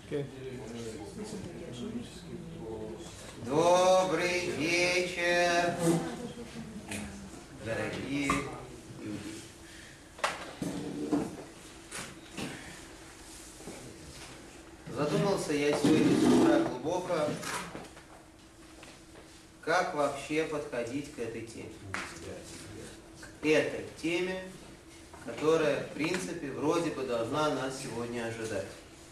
Добрый вечер, дорогие люди. Задумался я сегодня с утра глубоко, как вообще подходить к этой теме. К этой теме, которая, в принципе, вроде бы должна нас сегодня ожидать.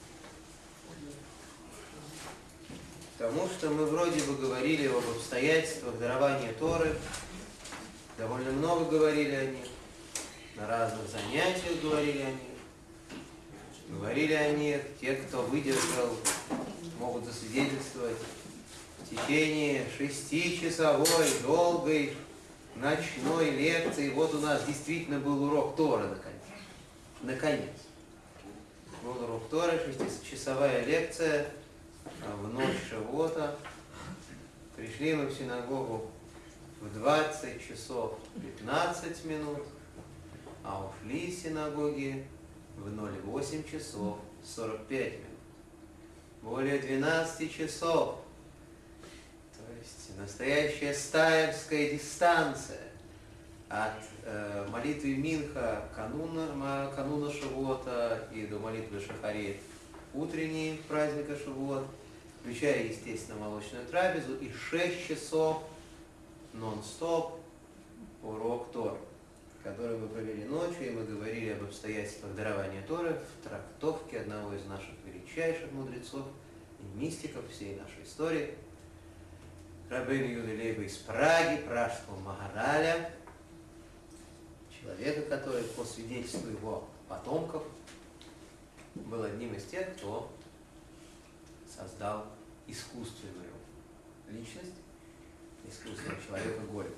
Потому что мы вроде бы говорили об обстоятельствах дарования Торы, довольно много говорили о них, на разных занятиях говорили о них. Говорили о них те, кто выдержал, могут засвидетельствовать в течение 6-часовой долгой ночной лекции. Вот у нас действительно был урок Торы, наконец. Наконец. Был урок Торы, 6-часовая лекция в ночь Шавуота. Пришли мы в синагогу в 20 часов 15 минут, а ушли из синагоги в 08 часов 45 минут. Более 12 часов. То есть настоящая стаевская дистанция от молитвы Минха кануна Шавуота и до молитвы Шахарит утренней праздника Шавуот, включая, естественно, молочную трапезу, и 6 часов нон-стоп урок Торы, который мы провели ночью, и мы говорили об обстоятельствах дарования Торы в трактовке одного из наших величайших мудрецов и мистиков всей нашей истории, Рабейну Юды Лейба из Праги, пражского Магараля, человека, который, по свидетельству его потомков, был одним из тех, кто создал искусственную личность, искусственного человека Голема.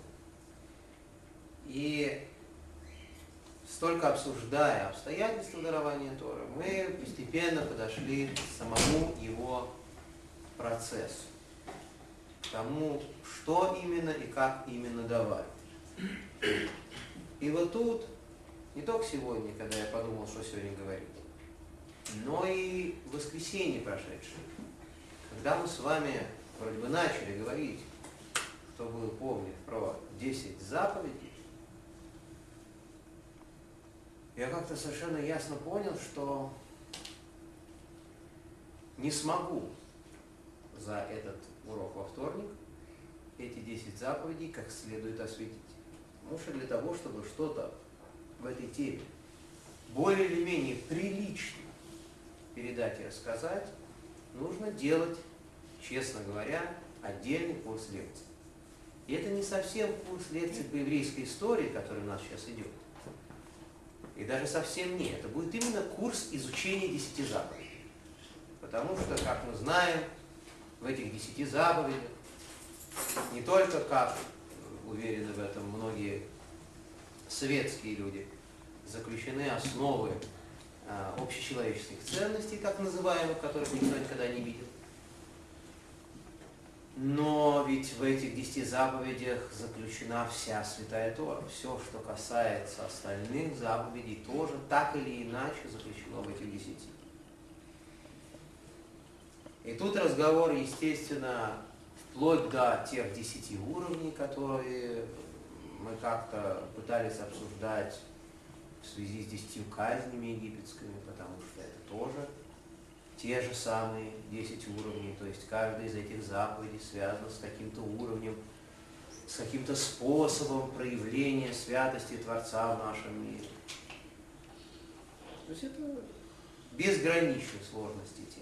И столько обсуждая обстоятельства дарования Торы, мы постепенно подошли к самому его процессу, к тому, что именно и как именно давали. И вот тут, не только сегодня, когда я подумал, что сегодня говорить, но и в воскресенье прошедшее, когда мы с вами вроде бы начали говорить, кто был помнит про 10 заповедей, я как-то совершенно ясно понял, что не смогу за этот урок во вторник эти 10 заповедей как следует осветить. Потому что для того, чтобы что-то в этой теме более или менее прилично передать и рассказать, нужно делать, честно говоря, отдельный курс лекций. И это не совсем курс лекций по еврейской истории, который у нас сейчас идет. И даже совсем не. Это будет именно курс изучения 10 заповедей. Потому что, как мы знаем, в этих 10 заповедях не только, как уверены в этом многие светские люди, заключены основы общечеловеческих ценностей, так называемых, которых никто никогда не видел. Но ведь в этих 10 заповедях заключена вся Святая Тора. Все, что касается остальных заповедей, тоже так или иначе заключено в этих 10. И тут разговор, естественно, вплоть до тех 10 уровней, которые мы как-то пытались обсуждать в связи с 10 казнями египетскими, потому что это тоже те же самые 10 уровней, то есть каждая из этих заповедей связана с каким-то уровнем, с каким-то способом проявления святости Творца в нашем мире. То есть это безграничной сложности тем.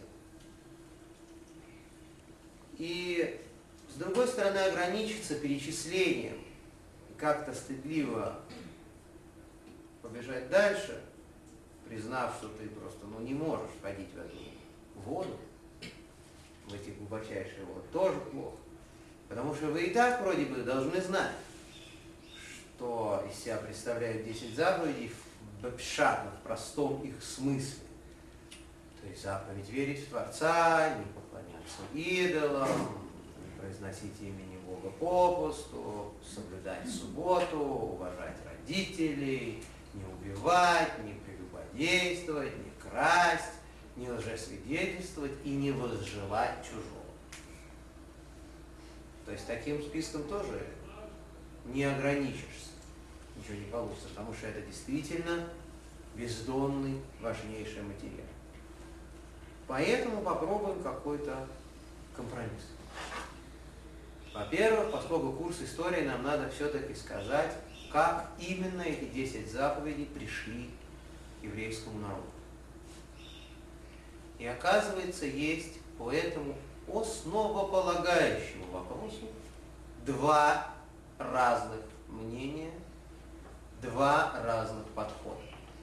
И с другой стороны, ограничиться перечислением и как-то стыдливо побежать дальше, признав, что ты просто не можешь входить в эту воду, в эти глубочайшие воды, тоже плохо. Потому что вы и так вроде бы должны знать, что из себя представляют 10 заповедей в пшатном, в простом их смысле. То есть заповедь верить в Творца, не поклоняться идолам, не произносить имени Бога попусту, соблюдать субботу, уважать родителей, не убивать, не прелюбодействовать, не красть, не лжесвидетельствовать и не возжелать чужого. То есть таким списком тоже не ограничишься, ничего не получится, потому что это действительно бездонный, важнейший материал. Поэтому попробуем какой-то компромисс. Во-первых, поскольку курс истории, нам надо все-таки сказать, как именно эти 10 заповедей пришли к еврейскому народу. И оказывается, есть по этому основополагающему вопросу два разных мнения, два разных подхода.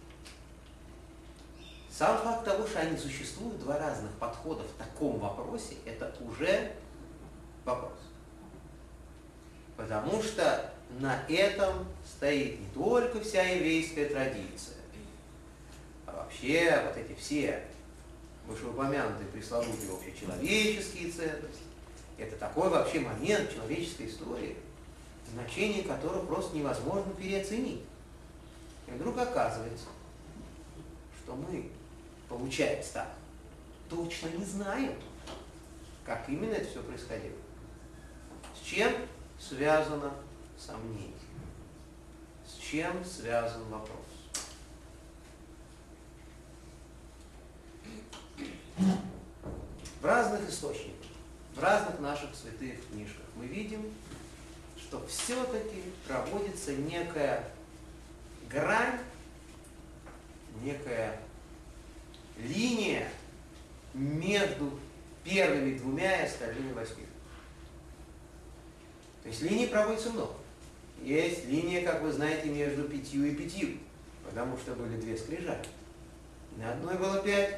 Сам факт того, что они существуют, два разных подхода в таком вопросе, это уже вопрос. Потому что на этом стоит не только вся еврейская традиция, а вообще вот эти все вышеупомянутые пресловутые общечеловеческие ценности. Это такой вообще момент человеческой истории, значение которого просто невозможно переоценить. И вдруг оказывается, что мы, получается так, точно не знаем, как именно это все происходило. С чем связано сомнение? С чем связан вопрос? В разных источниках, в разных наших святых книжках мы видим, что все-таки проводится некая грань, некая линия между первыми двумя и остальными 8. То есть линий проводится много. Есть линия, как вы знаете, между 5 и 5, потому что были 2 скрижали. На одной было 5,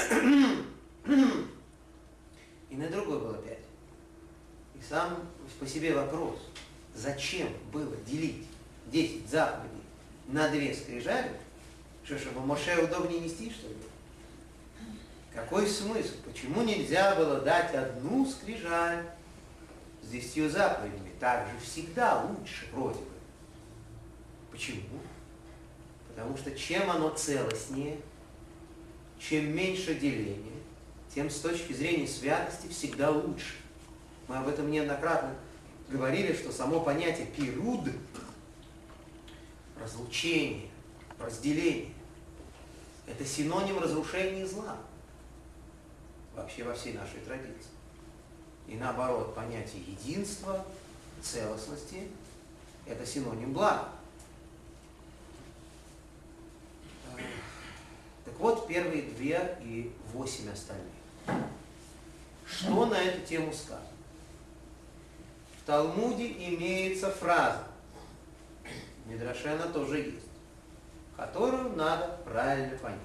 и на другой было 5. И сам по себе вопрос, зачем было делить 10 заповедей на 2 скрижали? Что, чтобы Моше удобнее нести, что ли? Какой смысл? Почему нельзя было дать одну скрижаль с 10 заповедями? Так же всегда лучше, вроде бы. Почему? Потому что чем оно целостнее, чем меньше деления, тем с точки зрения святости всегда лучше. Мы об этом неоднократно говорили, что само понятие пируд, разлучение, разделение, это синоним разрушения зла. Вообще во всей нашей традиции. И наоборот, понятие единства, целостности – это синоним блага. Так вот, первые 2 и 8 остальных. Что на эту тему сказано? В Талмуде имеется фраза, в Мидраше она тоже есть, которую надо правильно понять.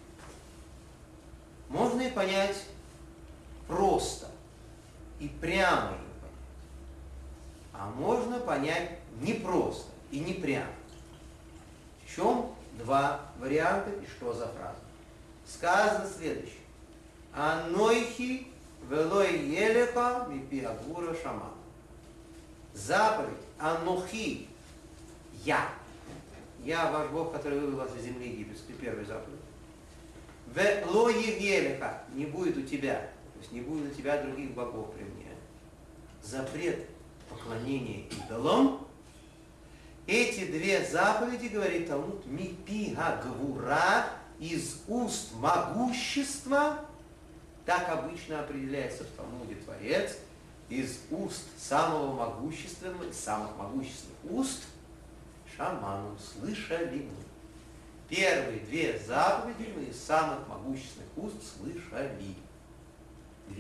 Можно и понять просто и прямо ее понять. А можно понять непросто и не прямо. В чем 2 варианта и что за фраза? Сказано следующее. Анойхи велой елеха мипи агура шама. Заповедь Анохи, я. Я ваш Бог, который вывел вас из земли египетской, первая заповедь. Велой елеха, не будет у тебя, то есть не будет у тебя других богов при мне. Запрет поклонения идолам. Эти 2 заповеди, говорит Талмуд, мипи агвура, из уст могущества, так обычно определяется в Талмуде Творец, из уст самого могущественного, из самых могущественных уст, шаману, слышали мы. Первые 2 заповеди мы из самых могущественных уст слышали. 2.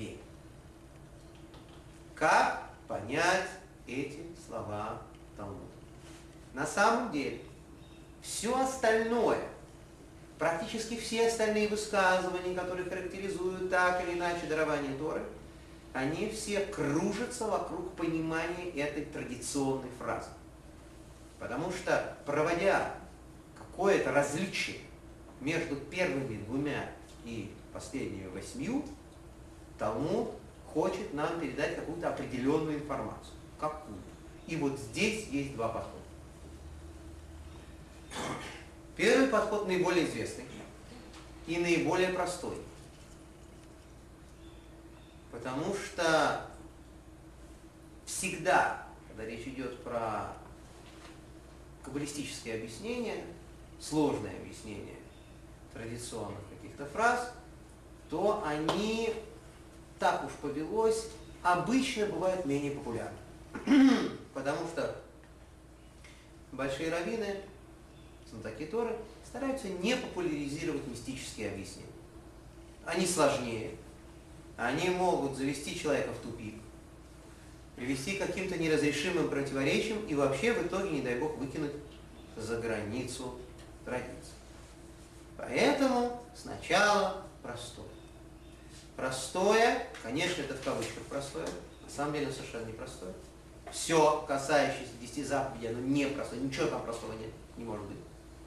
Как понять эти слова Талмуда? На самом деле, все остальное, практически все остальные высказывания, которые характеризуют так или иначе дарование Торы, они все кружатся вокруг понимания этой традиционной фразы. Потому что, проводя какое-то различие между первыми 2 и последними 8, Талмуд хочет нам передать какую-то определенную информацию. Какую? И вот здесь есть 2 подхода. Первый подход наиболее известный и наиболее простой. Потому что всегда, когда речь идет про каббалистические объяснения, сложные объяснения традиционных каких-то фраз, то они, так уж повелось, обычно бывают менее популярны. Потому что большие раввины, знатоки Торы, стараются не популяризировать мистические объяснения. Они сложнее, они могут завести человека в тупик, привести к каким-то неразрешимым противоречиям и вообще в итоге, не дай Бог, выкинуть за границу традиции. Поэтому сначала простое. Простое, конечно, это в кавычках простое, на самом деле совершенно непростое. Все, касающееся 10 заповедей, оно непростое, ничего там простого нет, не может быть.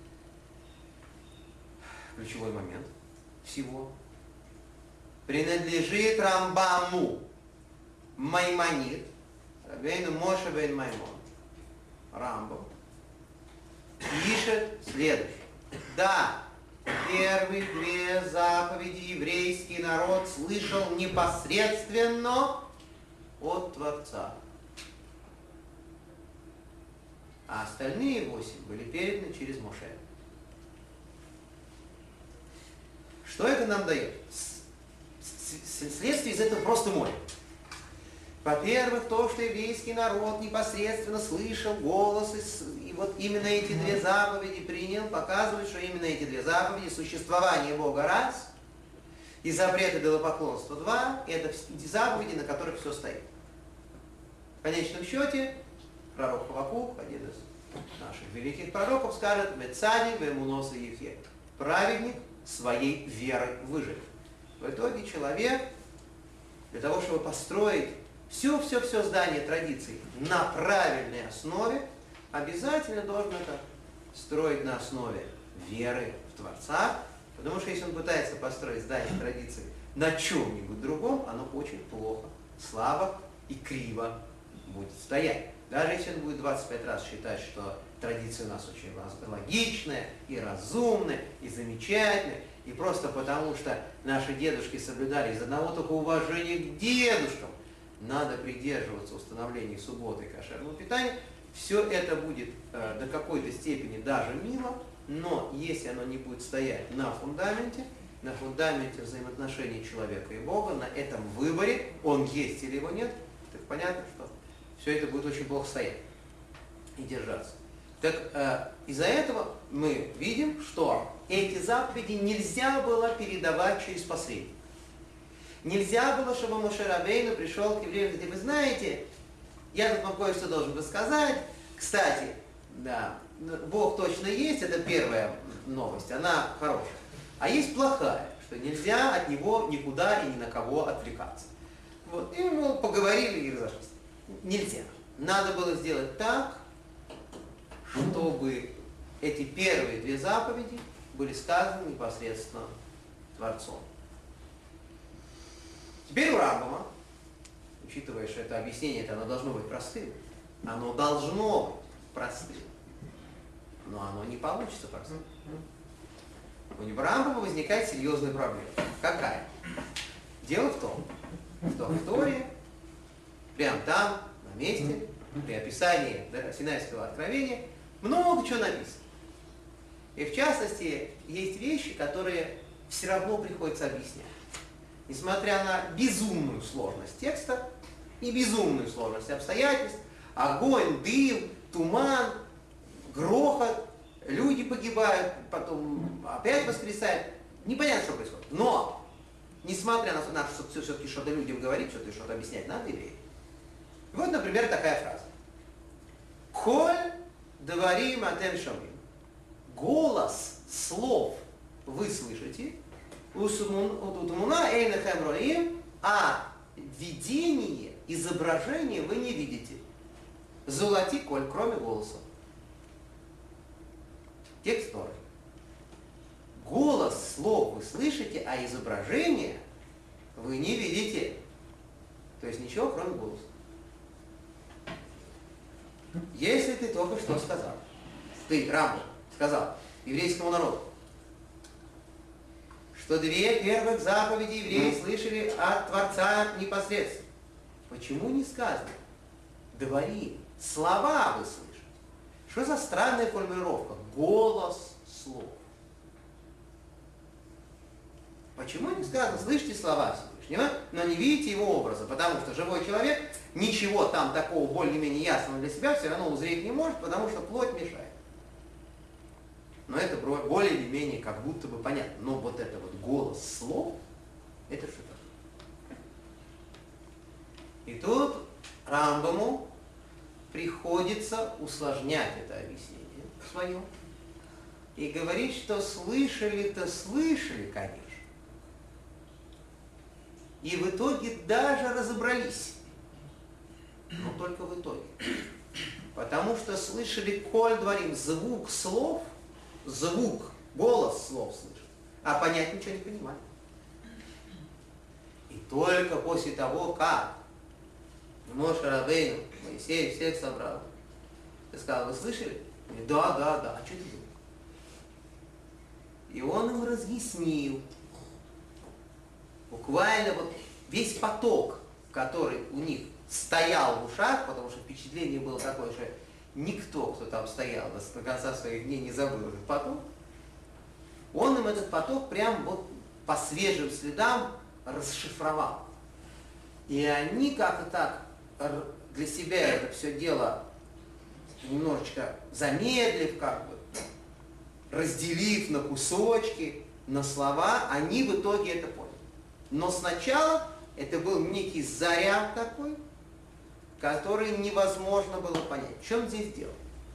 Ключевой момент всего принадлежит Рамбаму. Маймонид, Рабейну Моше бен Маймон, Рамбам, пишет следующее. Да, первые две заповеди еврейский народ слышал непосредственно от Творца. А остальные 8 были переданы через Моше. Что это нам дает? Следствие из этого просто море. Во-первых, то, что еврейский народ непосредственно слышал голос, и вот именно эти две заповеди принял, показывает, что именно эти две заповеди, существование Бога раз, и запрет идолопоклонства два, это заповеди, на которых все стоит. В конечном счете, пророк Хавакук, один из наших великих пророков, скажет: «Мецади вемунос и ефе». Праведник своей верой выживет. В итоге человек, для того, чтобы построить все здание традиций на правильной основе, обязательно должен это строить на основе веры в Творца, потому что если он пытается построить здание традиций на чем-нибудь другом, оно очень плохо, слабо и криво будет стоять. Даже если он будет 25 раз считать, что традиция у нас очень логичная, и разумная, и замечательная, и просто потому, что наши дедушки соблюдали из одного только уважения к дедушкам, надо придерживаться установлений субботы и кошерного питания, все это будет до какой-то степени даже мило, но если оно не будет стоять на фундаменте взаимоотношений человека и Бога, на этом выборе, он есть или его нет, так понятно, что все это будет очень плохо стоять и держаться. Так из-за этого мы видим, что эти заповеди нельзя было передавать через посредника. Нельзя было, чтобы Моше Рабейну пришел к евреям и говорит: вы знаете, я тут вам кое-что должен рассказать. Кстати, да, Бог точно есть, это первая новость, она хорошая. А есть плохая, что нельзя от него никуда и ни на кого отвлекаться. Вот, и мы поговорили и разошлись. Нельзя. Надо было сделать так, чтобы эти первые две заповеди были сказаны непосредственно Творцом. Теперь у Рамбама, учитывая, что это объяснение, оно должно быть простым, но оно не получится простым. У Рамбама возникает серьезная проблема. Какая? Дело в том, что в Торе, прямо там, на месте, при описании Синайского откровения, много чего написано. И в частности, есть вещи, которые все равно приходится объяснять. Несмотря на безумную сложность текста и безумную сложность обстоятельств, огонь, дым, туман, грохот, люди погибают, потом опять воскресают. Непонятно, что происходит. Но, несмотря на то, что все-таки что-то людям говорить, что-то объяснять надо евреям. Вот, например, такая фраза. Коль деварим атем шамим. Голос слов вы слышите, утмуна эйнехем роим, а видение, изображение вы не видите. Золоти коль, кроме голоса. Текст Торы. Голос слов вы слышите, а изображение вы не видите. То есть ничего, кроме голоса. Если ты только что сказал, ты, Рамбам, сказал еврейскому народу, что две первых заповеди евреи слышали от Творца непосредственно. Почему не сказано? Дворим, слова вы слышите. Что за странная формулировка? Голос слов. Почему не сказано, слышите слова Всевышнего, но не видите его образа? Потому что живой человек ничего там такого более-менее ясного для себя все равно узреть не может, потому что плоть мешает. Но это более или менее как будто бы понятно. Но вот это вот голос слов, это что такое? И тут Рамбаму приходится усложнять это объяснение свое и говорить, что слышали-то слышали, конечно. И в итоге даже разобрались. Но только в итоге. Потому что слышали коль дворим, звук слов, звук, голос слов слышали, а понять ничего не понимали. И только после того, как Моше Рабейну, Моисей всех собрал, и сказал, вы слышали? Да, а что это было? И он им разъяснил, буквально вот весь поток, который у них стоял в ушах, потому что впечатление было такое, что никто, кто там стоял, до конца своих дней не забыл этот поток, он им этот поток прям вот по свежим следам расшифровал. И они как-то так для себя это все дело немножечко замедлив, как бы, разделив на кусочки, на слова, они в итоге это поняли. Но сначала это был некий заряд такой, который невозможно было понять. В чем здесь дело?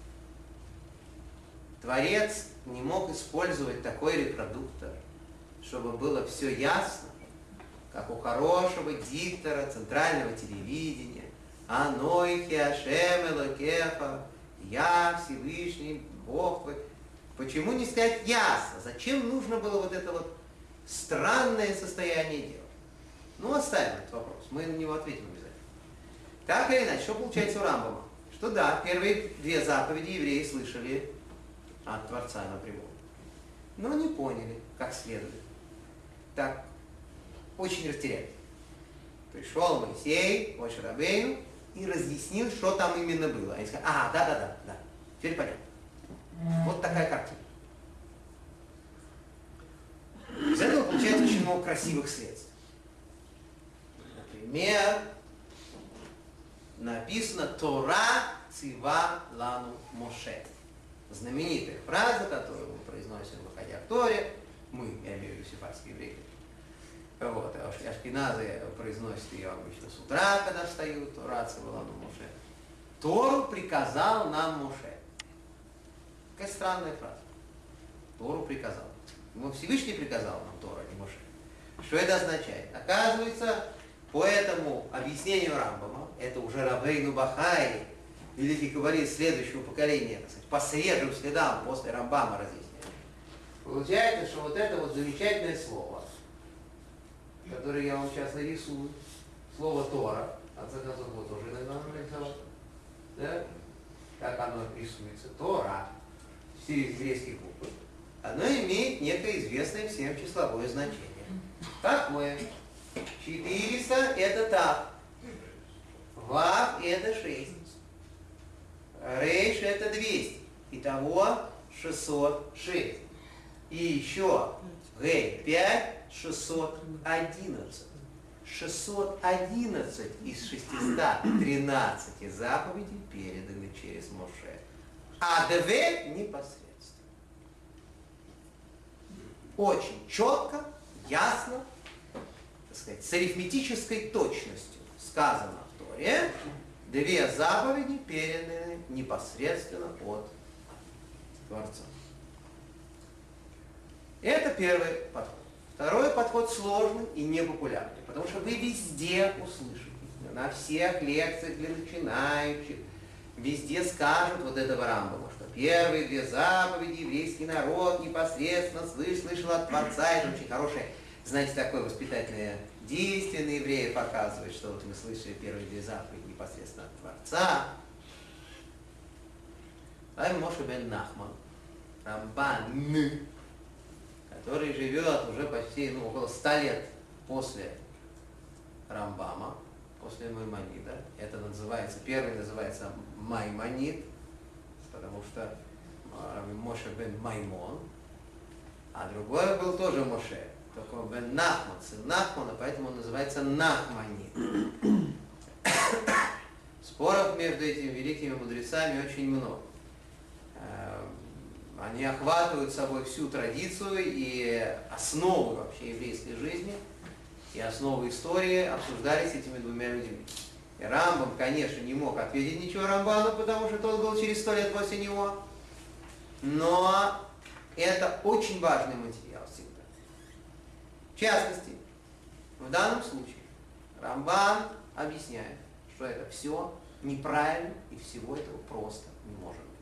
Творец не мог использовать такой репродуктор, чтобы было все ясно, как у хорошего диктора центрального телевидения. Анойхи Ашем Элокеха, я Всевышний Бог твой. Почему не сказать ясно? Зачем нужно было вот это вот странное состояние делать? Ну, оставим этот вопрос, мы на него ответим обязательно. Так или иначе, что получается у Рамбама? Что да, первые две заповеди евреи слышали от Творца напрямую, но не поняли, как следует. Так, очень растерялись. Пришел Моисей, Моше Рабейну, и разъяснил, что там именно было. Они сказали, да, теперь понятно. Вот такая картина. Из этого получается очень много красивых следствий. Например, написано «Тора цива лану Моше». Знаменитая фраза, которую мы произносим, выходя в Торе, мы, я имею в виду сефардские евреи, вот, ашкеназы произносят ее обычно с утра, когда встают, «Тора цива лану Моше». Тору приказал нам Моше. Какая странная фраза. Тору приказал. Ему Всевышний приказал нам Тору, а не Моше. Что это означает? Оказывается, по этому объяснению Рамбама, это уже Рабейну Бахай, великий каббалист следующего поколения, так сказать, по свежим следам после Рамбама разъясняет. Получается, что вот это вот замечательное слово, которое я вам сейчас нарисую, слово Тора, от концов вот тоже иногда нарисовал, да? Как оно рисуется, Тора, через еврейские буквы, оно имеет некое известное всем числовое значение. Какое? 400 это так. Вав это 6. Рейш это 200. Итого 606. И еще Гей 5, 611. 611 из 613 заповедей переданы через Моше. А две непосредственно. Очень четко, ясно, так сказать, с арифметической точностью сказано в Торе, две заповеди переданы непосредственно от Творца. Это первый подход. Второй подход сложный и непопулярный, потому что вы везде услышите, на всех лекциях для начинающих, везде скажут вот этого Рамбама, что первые две заповеди еврейский народ непосредственно слышал от Творца. Это очень хорошее, знаете, такое воспитательное действие на евреев показывает, что вот мы слышали первые две заповеди непосредственно от Творца. Раби Моше бен Нахман, Рамбан, который живет уже почти около 100 лет после Рамбама, после Маймонида. Это называется, первый называется Маймонид, потому что Моше бен Маймон, а другой был тоже Моше, только бен Нахман, сын Нахмана, поэтому он называется Нахманид. Споров между этими великими мудрецами очень много. Они охватывают собой всю традицию и основы вообще еврейской жизни, и основы истории обсуждались этими двумя людьми. И Рамбам, конечно, не мог ответить ничего Рамбану, потому что тот был через 100 лет после него. Но это очень важный материал всегда. В частности, в данном случае Рамбан объясняет, что это все неправильно и всего этого просто не может быть.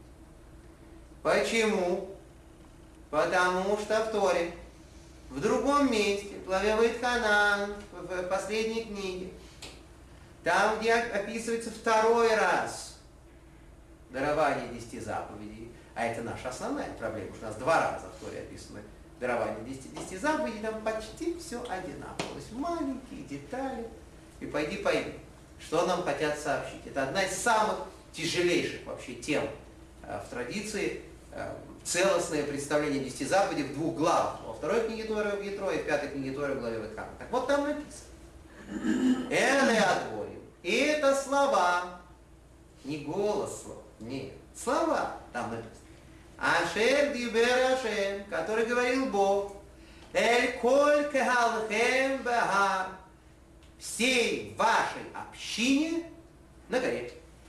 Почему? Потому что в Торе, в другом месте, в главе Ваидханан, в последней книге, там, где описывается второй раз дарование 10 заповедей, а это наша основная проблема, потому что у нас 2 раза в Торе описано дарование 10 заповедей, там почти все одинаково. То есть маленькие детали, и пойди пойми, что нам хотят сообщить. Это одна из самых тяжелейших вообще тем в традиции, целостное представление 10 заповедей в 2 главах. Во 2 книге Торы в Ятро и в 5 книге Торы в главе Ваидханан. Так вот там написано. Эле адворим. И это слова, не голос слов, нет, слова там написано. Ашер дибер Ашем, который говорил Бог, эль коль кехалхем бага, всей вашей общине на горе.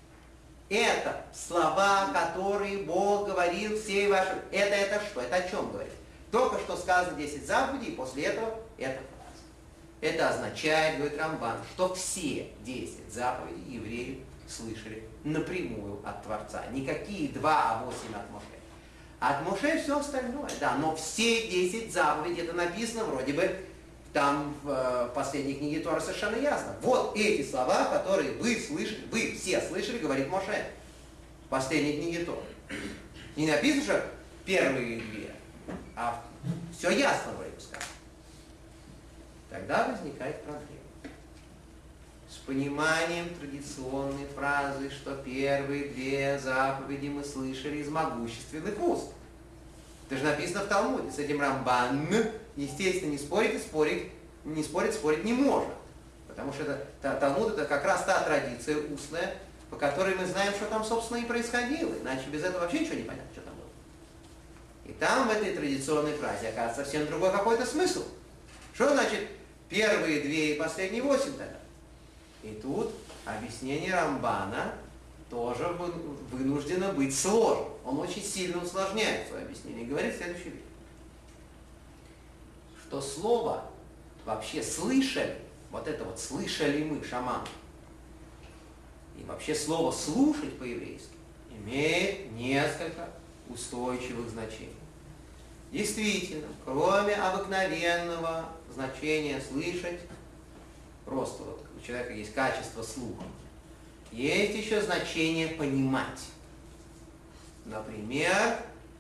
Это слова, которые Бог говорил всей вашей... Это что? Это о чем говорит? Только что сказано 10 заповедей, и после этого эта фраза. Это означает, говорит Рамбан, что все 10 заповедей евреи слышали напрямую от Творца. Никакие 2, а 8 от Моше. От Моше все остальное, да, но все 10 заповедей, это написано вроде бы там в последней книге Тора совершенно ясно. Вот эти слова, которые вы слышали, вы все слышали, говорит Моше в последней книге Тора. Не написано, что первые 2, а все ясно вроде бы сказано. Тогда возникает проблема с пониманием традиционной фразы, что первые 2 заповеди мы слышали из могущественных уст. Это же написано в Талмуде. С этим Рамбан, естественно, не спорит и спорить не может. Потому что Талмуд это как раз та традиция устная, по которой мы знаем, что там, собственно, и происходило. Иначе без этого вообще ничего не понятно, что там было. И там в этой традиционной фразе оказывается совсем другой какой-то смысл. Что значит первые 2 и последние 8 тогда? И тут объяснение Рамбана тоже вынуждено быть сложным. Он очень сильно усложняет свое объяснение и говорит следующую вещь. Что слово вообще слышали, вот это вот слышали мы, шаман, и вообще слово слушать по-еврейски имеет несколько устойчивых значений. Действительно, кроме обыкновенного значения слышать, просто вот у человека есть качество слуха, есть еще значение понимать. Например,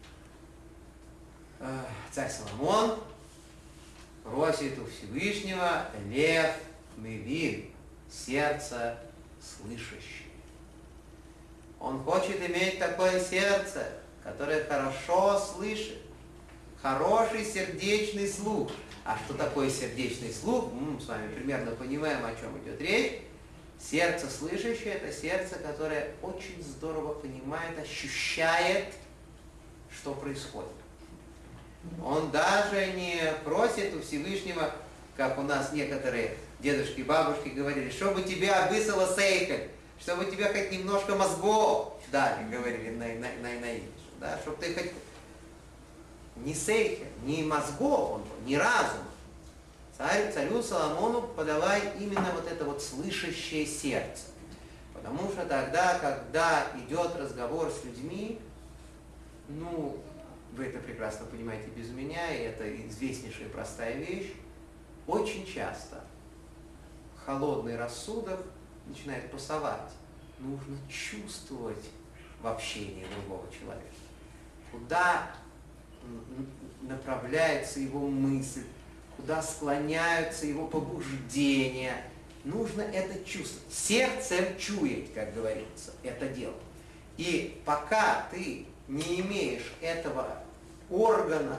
царь Соломон просит у Всевышнего лев мевин, сердце слышащее. Он хочет иметь такое сердце, которое хорошо слышит, хороший сердечный слух. А что такое сердечный слух? Мы с вами примерно понимаем, о чем идет речь. Сердце слышащее – это сердце, которое очень здорово понимает, ощущает, что происходит. Он даже не просит у Всевышнего, как у нас некоторые дедушки и бабушки говорили, чтобы тебя высыло сейхель, чтобы тебе хоть немножко мозгов дали, говорили на идиш, да, чтобы ты хоть не сейхель, не мозгов, не разума. Царю Соломону подавай именно вот это вот слышащее сердце. Потому что тогда, когда идет разговор с людьми, вы это прекрасно понимаете без меня, и это известнейшая простая вещь, очень часто холодный рассудок начинает пасовать. Нужно чувствовать в общении другого человека. Куда направляется его мысль, куда склоняются его побуждения. Нужно это чувствовать. Сердцем чуять, как говорится, это дело. И пока ты не имеешь этого органа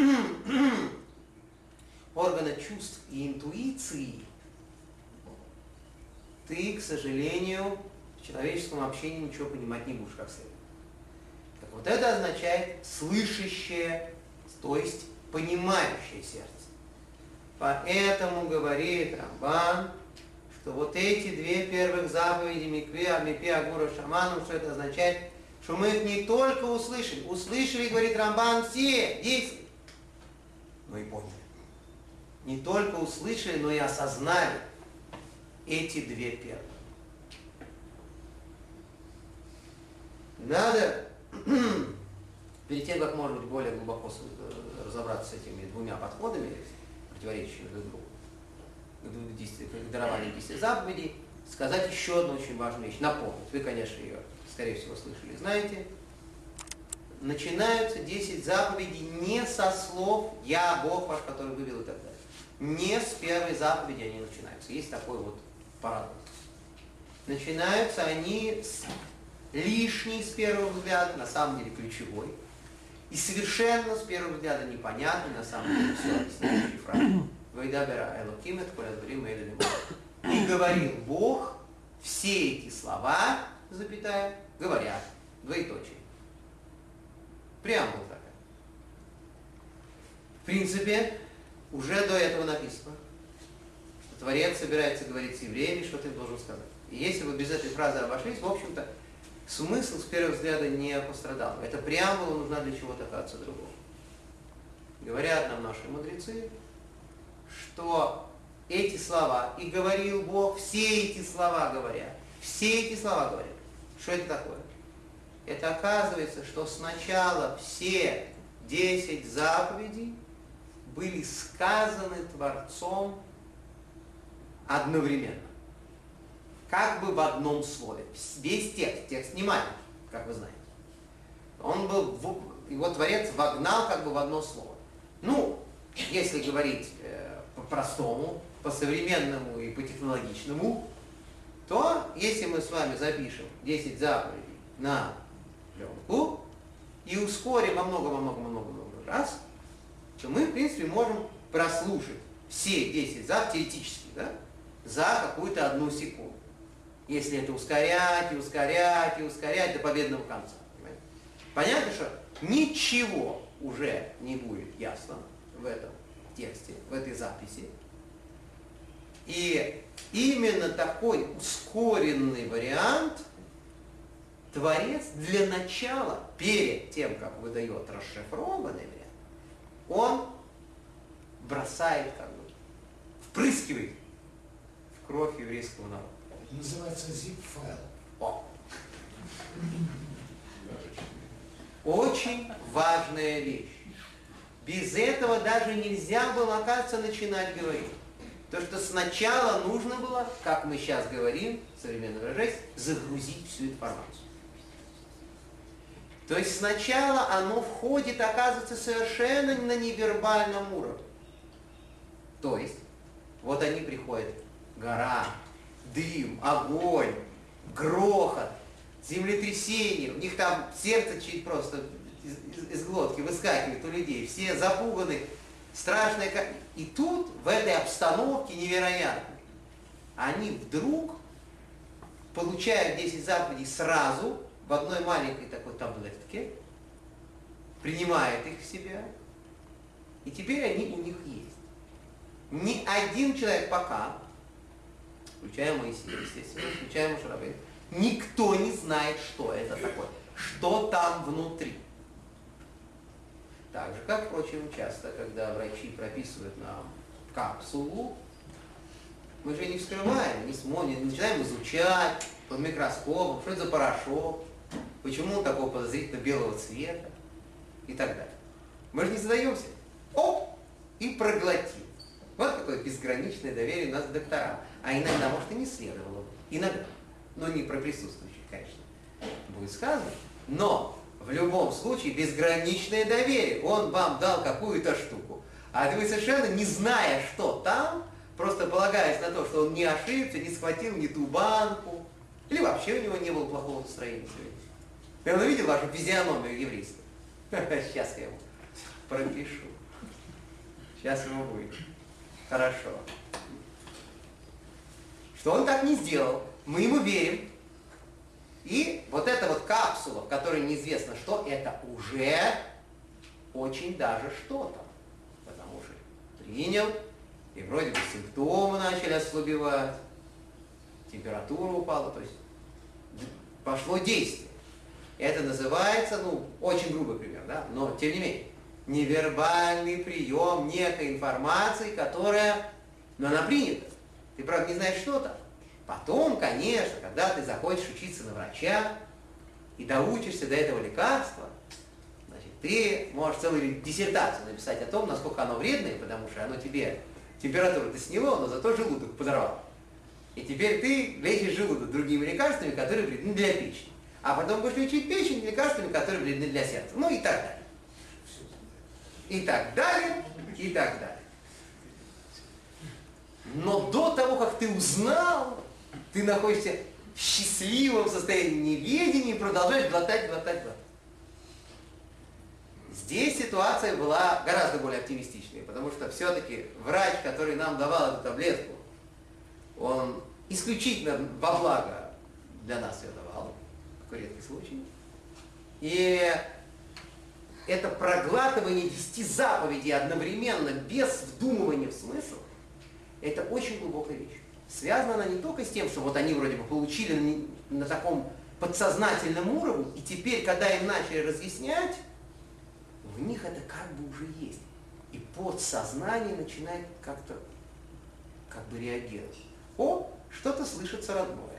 чувств и интуиции, ты, к сожалению, в человеческом общении ничего понимать не будешь как следует. Так вот это означает слышащее, то есть понимающее сердце. Поэтому говорит Рамбан, что вот эти две первых заповеди Микве, Амипи, Агура, Шаману, что это означает, что мы их не только услышали. Услышали, говорит Рамбан, все 10, но и поняли. Не только услышали, но и осознали эти две первые. Надо, перед тем, как, может быть, более глубоко разобраться с этими двумя подходами, противоречащими друг другу, к дарованию 10 заповедей, сказать еще одну очень важную вещь, напомнить. Вы, конечно, ее, скорее всего, слышали и знаете. Начинаются 10 заповедей не со слов «Я Бог ваш, который вывел» и так далее. Не с первой заповеди они начинаются. Есть такой вот парадокс. Начинаются они с лишней с первого взгляда, на самом деле ключевой, и совершенно с первого взгляда непонятной, на самом деле все объясняющей фразы. «Вайдабера элоким эт коль адбарим эйля лимон». И говорил Бог, все эти слова, запятая, говорят, двоеточие. Преамбула такая. В принципе, уже до этого написано, что Творец собирается говорить с евреями, что ты должен сказать. И если бы без этой фразы обошлись, в общем-то, смысл с первого взгляда не пострадал. Эта преамбула нужна для чего-то, кажется, другого. Говорят нам наши мудрецы, что эти слова, и говорил Бог, все эти слова говорят. Все эти слова говорят. Что это такое? Это оказывается, что сначала все 10 заповедей были сказаны Творцом одновременно. Как бы в одном слове. Весь текст не маленький, как вы знаете. Его Творец вогнал как бы в одно слово. Ну, если говорить по-простому, по-современному и по-технологичному, то если мы с вами запишем 10 заповедей на пленку и ускорим во много-много-много раз, то мы, в принципе, можем прослушать все 10 заповедей теоретически, да, за какую-то одну секунду. Если это ускорять и ускорять и ускорять до победного конца. Понимаете? Понятно, что ничего уже не будет ясно в этом тексте, в этой записи. И именно такой ускоренный вариант Творец для начала, перед тем, как выдает расшифрованный вариант, он бросает, как бы, впрыскивает в кровь еврейского народа. Это называется zip-файл. О! Очень важная вещь. Без этого даже нельзя было, оказывается, начинать говорить. То, что сначала нужно было, как мы сейчас говорим, современно выражаясь, загрузить всю информацию. То есть сначала оно входит, оказывается, совершенно на невербальном уровне. То есть, вот они приходят, гора, дым, огонь, грохот, землетрясение, у них там сердце чуть просто из глотки выскакивает у людей, все запуганы, страшное. И тут, в этой обстановке невероятной, они вдруг получают 10 заповедей сразу, в одной маленькой такой таблетке, принимают их в себя, и теперь они у них есть. Ни один человек пока, включая Моисея, естественно, включая Моше Рабейну, никто не знает, что это такое, что там внутри. Так же, как, впрочем, часто, когда врачи прописывают нам капсулу, мы же не вскрываем, не смотрим, не начинаем изучать под микроскопом, что это за порошок, почему он такого подозрительно белого цвета и так далее. Мы же не задаемся. Оп! И проглотил. Вот какое безграничное доверие у нас к докторам. А иногда, может, и не следовало бы. Иногда. Но не про присутствующих, конечно, будет сказано. Но в любом случае безграничное доверие. Он вам дал какую-то штуку, а вы совершенно не зная, что там, просто полагаясь на то, что он не ошибся, не схватил не ту банку, или вообще у него не было плохого настроения сегодня. И он увидел вашу физиономию еврейскую. Сейчас я ему пропишу. Сейчас ему будет. Хорошо. Что он так не сделал. Мы ему верим. И вот эта вот капсула, в которой неизвестно что, это уже очень даже что-то. Потому что принял, и вроде бы симптомы начали ослабевать, температура упала, то есть пошло действие. Это называется, ну, очень грубый пример, да, но тем не менее, невербальный прием некой информации, которая, ну, она принята. Ты, правда, не знаешь, что там. Потом, конечно, когда ты захочешь учиться на врача и доучишься до этого лекарства, значит, ты можешь целую диссертацию написать о том, насколько оно вредное, потому что оно тебе температуру-то сняло, но зато желудок подорвало. И теперь ты лечишь желудок другими лекарствами, которые вредны для печени. А потом будешь лечить печень лекарствами, которые вредны для сердца. Ну и так далее. И так далее, и так далее. Но до того, как ты узнал, ты находишься в счастливом состоянии неведения и продолжаешь глотать. Здесь ситуация была гораздо более оптимистичной, потому что все-таки врач, который нам давал эту таблетку, он исключительно во благо для нас ее давал, такой редкий случай. И это проглатывание 10 заповедей одновременно, без вдумывания в смысл, это очень глубокая вещь. Связана она не только с тем, что вот они вроде бы получили на таком подсознательном уровне, и теперь, когда им начали разъяснять, в них это как бы уже есть. И подсознание начинает как-то как бы реагировать. О, что-то слышится родное.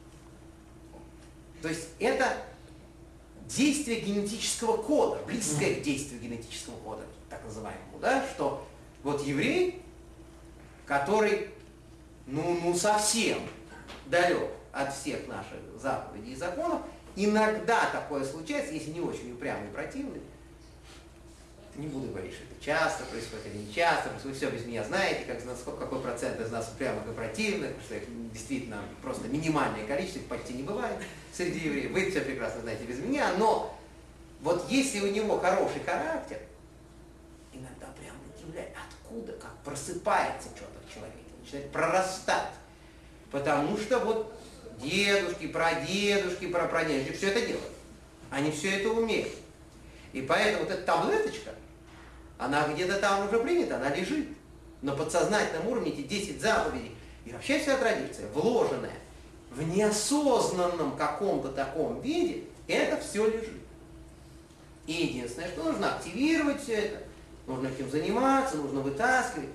То есть это действие генетического кода, близкое к действию генетического кода, так называемому, да, что вот еврей, который, ну совсем далек от всех наших заповедей и законов, иногда такое случается, если не очень упрямый и противный. Не буду говорить, что это часто происходит или не часто, потому что вы все без меня знаете, какой процент из нас упрямых и противных, что их действительно просто минимальное количество, их почти не бывает среди евреев. Вы все прекрасно знаете без меня, но вот если у него хороший характер, иногда прям удивляет, откуда, как просыпается что-то в человеке, начинает прорастать. Потому что вот дедушки, прадедушки, прапрадедушки все это делают. Они все это умеют. И поэтому вот эта таблеточка, она где-то там уже принята, она лежит. На подсознательном уровне эти 10 заповедей и вообще вся традиция, вложенная в неосознанном каком-то таком виде, это все лежит. И единственное, что нужно активировать все это, нужно этим заниматься, нужно вытаскивать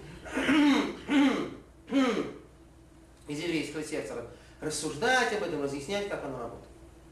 из еврейского сердца, рассуждать об этом, разъяснять, как оно работает.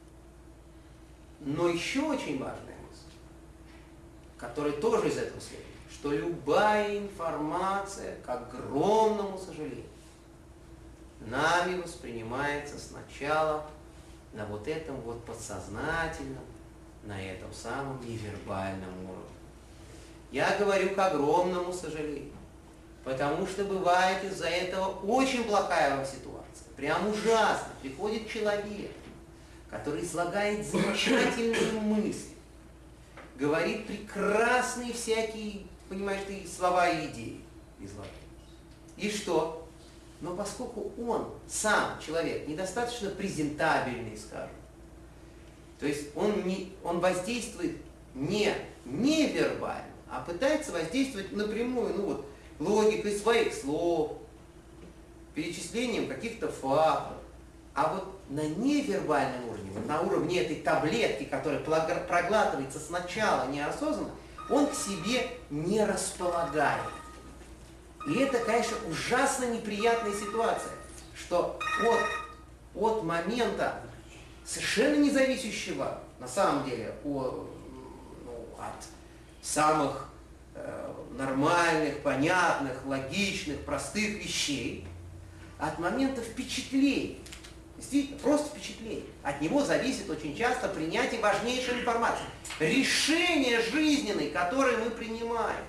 Но еще очень важная мысль, которая тоже из этого следует, что любая информация, к огромному сожалению, нами воспринимается сначала на вот этом вот подсознательном, на этом самом невербальном уровне. Я говорю к огромному сожалению, потому что бывает из-за этого очень плохая ситуация, прям ужасно. Приходит человек, который излагает замечательные мысли, говорит прекрасные всякие, понимаешь, ты слова и идеи излагает. И что? Но поскольку он, сам человек, недостаточно презентабельный, скажем, то есть он воздействует не невербально, а пытается воздействовать напрямую, ну вот, логикой своих слов, перечислением каких-то фактов. А вот на невербальном уровне, вот на уровне этой таблетки, которая проглатывается сначала неосознанно, он к себе не располагает. И это, конечно, ужасно неприятная ситуация, что от момента, совершенно не зависящего, на самом деле, от самых нормальных, понятных, логичных, простых вещей, от момента впечатлений, Действительно, просто впечатление. От него зависит очень часто принятие важнейшей информации. Решение жизненное, которое мы принимаем.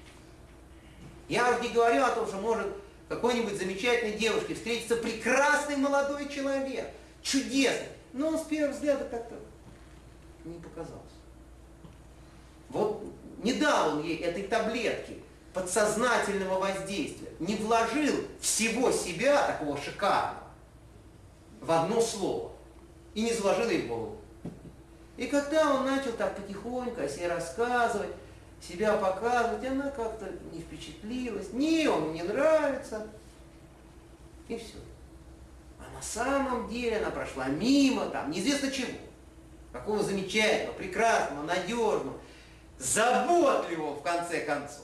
Я уже не говорю о том, что может какой-нибудь замечательной девушке встретиться прекрасный молодой человек, чудесный, но он с первого взгляда как-то не показался. Вот не дал он ей этой таблетки подсознательного воздействия, не вложил всего себя, такого шикарного, в одно слово и не заложил ей в голову. И когда он начал так потихоньку о себе рассказывать, себя показывать, она как-то не впечатлилась, не, он мне не нравится, и все. А на самом деле она прошла мимо, там, неизвестно чего, какого замечательного, прекрасного, надежного, заботливого, в конце концов.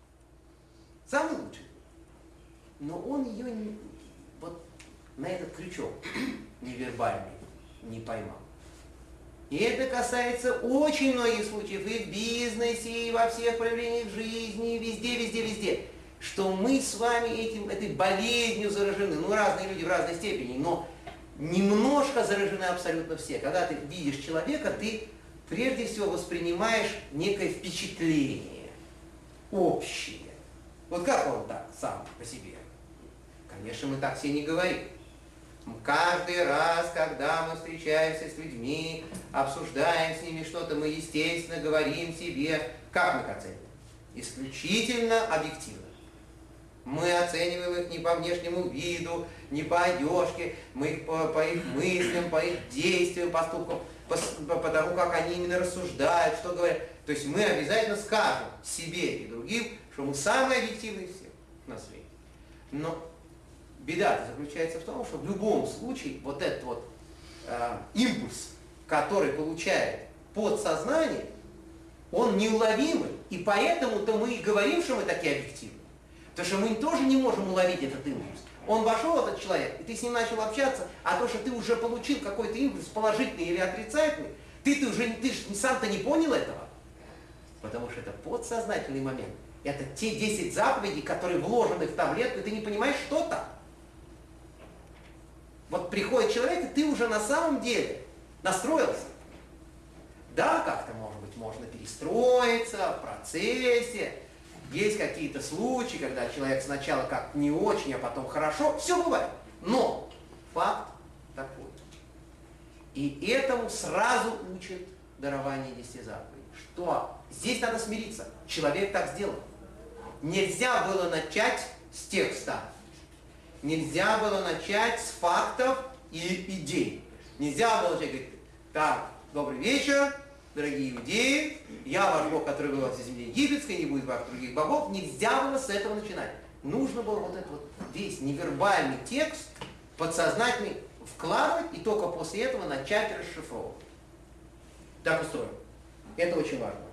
Самый лучший. Но он ее вот на этот крючок невербальный не поймал. И это касается очень многих случаев и в бизнесе, и во всех проявлениях жизни, везде, везде, везде. Что мы с вами этой болезнью заражены. Ну, разные люди в разной степени, но немножко заражены абсолютно все. Когда ты видишь человека, ты прежде всего воспринимаешь некое впечатление общее. Вот как он так сам по себе? Конечно, мы так все не говорим. Каждый раз, когда мы встречаемся с людьми, обсуждаем с ними что-то, мы, естественно, говорим себе, как мы их оцениваем? Исключительно объективно. Мы оцениваем их не по внешнему виду, не по одежке, мы их по их мыслям, по их действиям, поступкам, по тому, как они именно рассуждают, что говорят. То есть мы обязательно скажем себе и другим, что мы самые объективные все на свете. Но беда заключается в том, что в любом случае вот этот вот импульс, который получает подсознание, он неуловимый, и поэтому-то мы и говорим, что мы такие объективные. Потому что мы тоже не можем уловить этот импульс. Он вошел, этот человек, и ты с ним начал общаться, а то, что ты уже получил какой-то импульс, положительный или отрицательный, ты же сам-то не понял этого. Потому что это подсознательный момент. Это те 10 заповедей, которые вложены в таблетку, и ты не понимаешь, что там. Вот приходит человек, и ты уже на самом деле настроился. Да, как-то, может быть, можно перестроиться в процессе. Есть какие-то случаи, когда человек сначала как не очень, а потом хорошо. Все бывает. Но факт такой. И этому сразу учат дарование 10 заповедей. Что здесь надо смириться. Человек так сделал. Нельзя было начать с текста. Нельзя было начать с фактов и идей. Нельзя было начать говорить, так, добрый вечер, дорогие иудеи, я ваш Бог, который вывел вас из земли египетской, не будет ваших других богов. Нельзя было с этого начинать. Нужно было вот этот вот весь невербальный текст, подсознательный, вкладывать и только после этого начать расшифровывать. Так устроено. Это очень важно.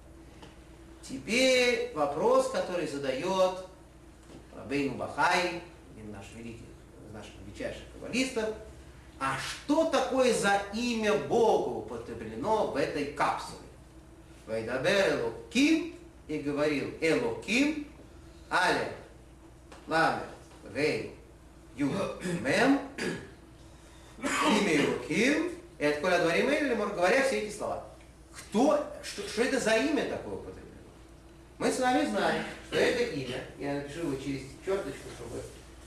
Теперь вопрос, который задает Рабейну Бахай, один наш великий, из наших величайших каббалистов. А что такое за имя Бога употреблено в этой капсуле? Вайдабер Элоким, и говорил Элоким, Алеф, Ламер, Рей, Юд, Мем, имя Элоким, и от Коля Дворимейли, говоря все эти слова. Что это за имя такое употреблено? Мы с вами знаем, что это имя, я напишу его через черточку, чтобы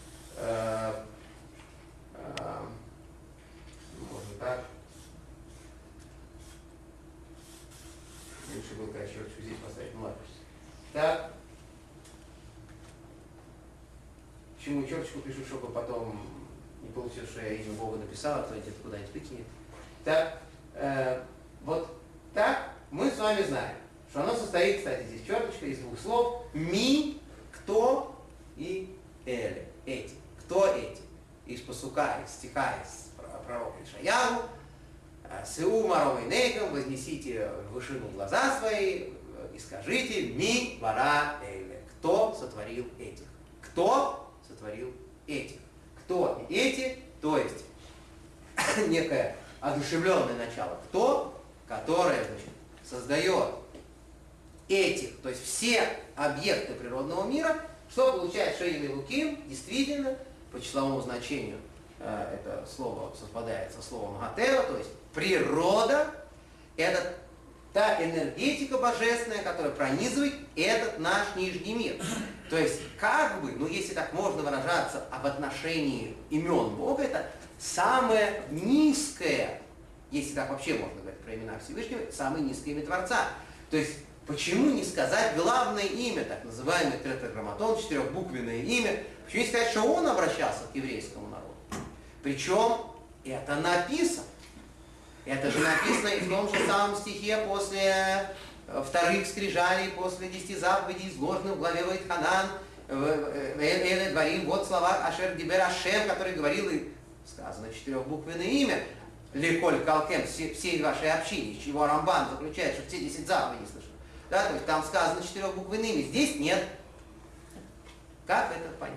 можно так. Лучше было, конечно, черточку здесь поставить, ну ладно. Так. Почему черточку пишу, чтобы потом не получилось, что я имя Бога написал, а кто-нибудь это куда-нибудь выкинет. Так, вот так мы с вами знаем, что оно состоит, кстати, здесь черточка из двух слов. Ми, кто и эле. Эти. Кто эти? Из пасука, из стиха, из пророка Ишаяру. Сеу маровой нейком, вознесите в вышину глаза свои и скажите ми вара эле. Кто сотворил этих? Кто сотворил этих? Кто и эти? То есть некое одушевленное начало. Кто? Которое, значит, создает этих, то есть все объекты природного мира, что получает Шейн и Луким, действительно, по числовому значению это слово совпадает со словом гатео, то есть природа, это та энергетика божественная, которая пронизывает этот наш нижний мир. То есть, как бы, ну если так можно выражаться об отношении имен Бога, это самое низкое, если так вообще можно говорить про имена Всевышнего, самое низкое имя Творца. То есть, почему не сказать главное имя, так называемый тетраграмматон, четырехбуквенное имя, почему не сказать, что он обращался к еврейскому народу? Причем это написано. Это же написано и в том же самом стихе после вторых скрижалей, после 10 заповедей, изложенных в главе Ваитханан, Эле Дворим, вот слова Ашер Дибер Ашем, который говорил, и сказано четырехбуквенное имя, Леколь Калкем, всей вашей общине, из чего Рамбан заключает, что все 10 заповедей слышно. Да, то есть там сказано четырехбуквенное имя, здесь нет. Как это понять?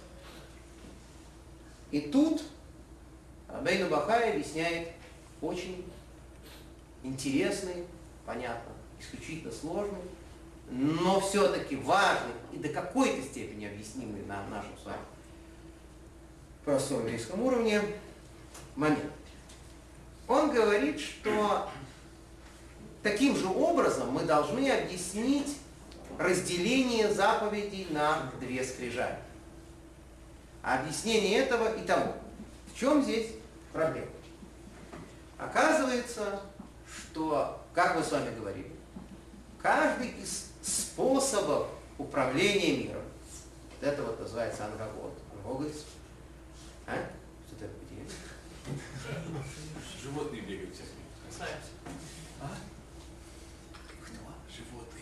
И тут Рабейну Бахай объясняет очень интересный, понятно, исключительно сложный, но все-таки важный и до какой-то степени объяснимый на нашем с вами простом еврейском уровне момент. Он говорит, что таким же образом мы должны объяснить разделение заповедей на две скрижали. А объяснение этого и того. В чем здесь проблема? Оказывается, что, как мы с вами говорили, каждый из способов управления миром, вот это вот называется ангагот. Ангагот, что ты потерял? Животные бегают всякие. А? Кто? Животные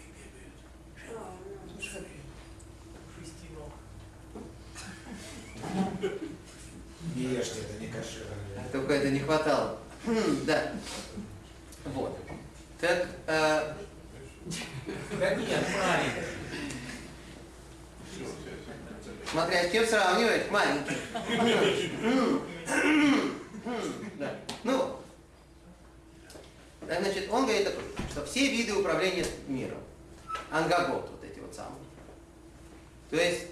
бегают. Не ешьте, это не кошерно. Только это не хватало. Да. Вот. Так, Да нет, маленький. смотря с чем сравнивать, маленький. Да. Ну, значит, он говорит такое, что все виды управления миром, ангагот, вот эти вот самые. То есть,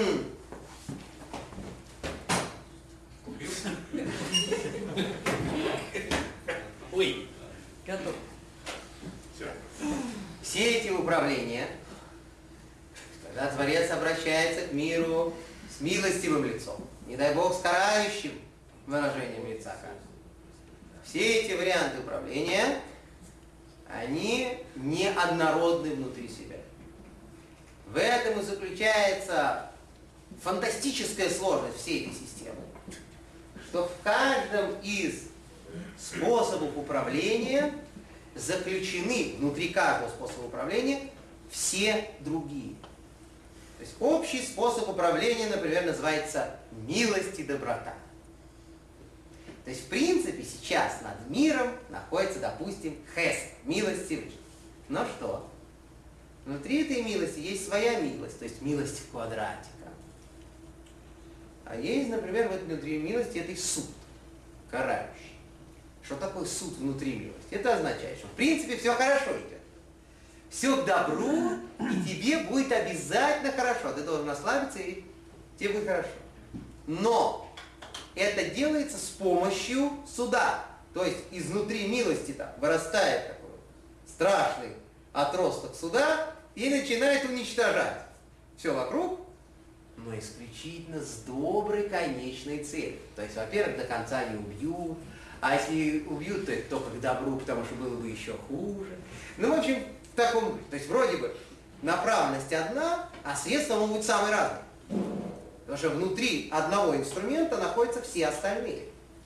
Ой. готов. Все. Все эти управления, когда Творец обращается к миру с милостивым лицом, не дай Бог с карающим выражением лица, все эти варианты управления, они неоднородны внутри себя. В этом и заключается фантастическая сложность всей этой системы, что в каждом из способов управления заключены внутри каждого способа управления все другие. То есть общий способ управления, например, называется милость и доброта. То есть, в принципе, сейчас над миром находится, допустим, хесед, милость Всевышнего. Но что? Внутри этой милости есть своя милость, то есть милость квадратика. А есть, например, вот внутри милости этой суд, карающий. Что такое суд внутри милости? Это означает, что в принципе все хорошо идет. Все к добру, и тебе будет обязательно хорошо. Ты должен расслабиться, и тебе будет хорошо. Но это делается с помощью суда. То есть изнутри милости там вырастает такой страшный отросток суда и начинает уничтожать все вокруг, но исключительно с доброй конечной целью. То есть, во-первых, до конца не убьют, а если убьют, то это только к добру, потому что было бы еще хуже. Ну, в общем, в таком, то есть вроде бы направленность одна, а средства могут быть самые разные. Потому что внутри одного инструмента находятся все остальные.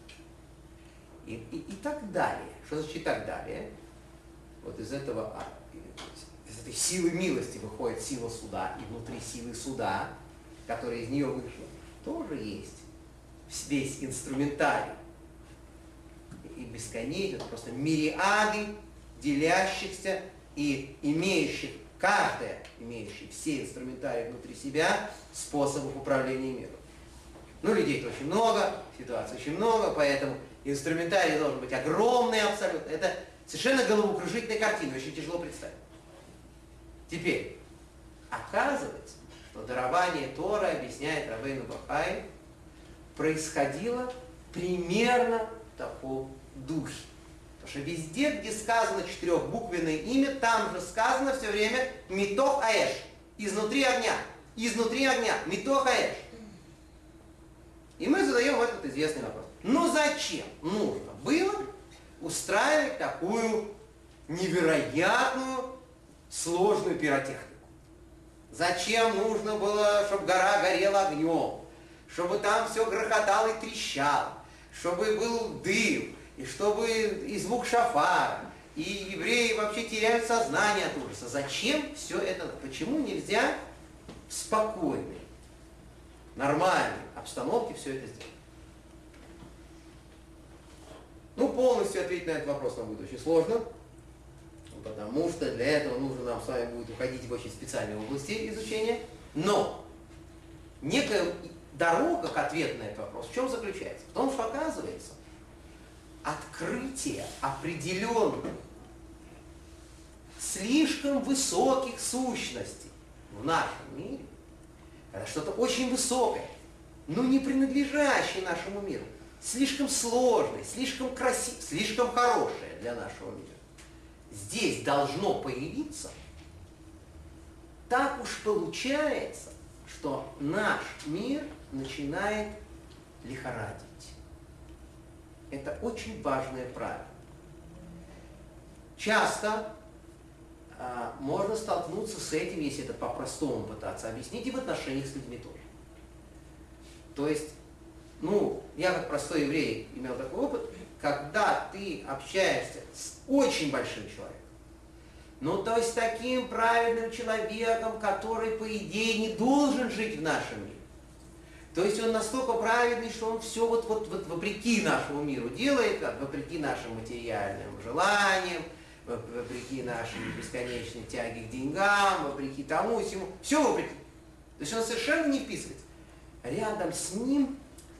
И так далее. Что значит и так далее? Вот из этого, из этой силы милости выходит сила суда, и внутри силы суда, которая из нее вышла, тоже есть весь инструментарий. И бесконечно, просто мириады делящихся и имеющих, каждая имеющая все инструментарии внутри себя способов управления миром. Ну, людей-то очень много, ситуаций очень много, поэтому инструментарий должен быть огромный абсолютно. Это совершенно головокружительная картина, очень тяжело представить. Теперь, оказывается, что дарование Торы, объясняет Рабейну Бахай, происходило примерно в таком духе. Потому что везде, где сказано четырехбуквенное имя, там же сказано все время «митох аэш» – изнутри огня, «митох аэш». И мы задаем этот известный вопрос. Ну зачем нужно было устраивать такую невероятную, сложную пиротехнику? Зачем нужно было, чтобы гора горела огнем, чтобы там все грохотало и трещало, чтобы был дым, и чтобы и звук шафара, и евреи вообще теряют сознание от ужаса? Зачем все это? Почему нельзя в спокойной, нормальной обстановке все это сделать? Ну, полностью ответить на этот вопрос нам будет очень сложно, потому что для этого нужно нам с вами будет уходить в очень специальные области изучения. Но некая дорога к ответу на этот вопрос в чем заключается? В том, что оказывается, открытие определенных, слишком высоких сущностей в нашем мире, это что-то очень высокое, но не принадлежащее нашему миру, слишком сложное, слишком красивое, слишком хорошее для нашего мира, здесь должно появиться, так уж получается, что наш мир начинает лихорадить. Это очень важное правило. Часто можно столкнуться с этим, если это по-простому пытаться объяснить, и в отношениях с людьми тоже. То есть, ну, я как простой еврей имел такой опыт, когда ты общаешься с очень большим человеком, ну, то есть таким правильным человеком, который, по идее, не должен жить в нашем мире. То есть он настолько праведный, что он все вот вопреки нашему миру делает, вопреки нашим материальным желаниям, вопреки нашей бесконечной тяге к деньгам, вопреки тому и всему. Все вопреки. То есть он совершенно не вписывается. Рядом с ним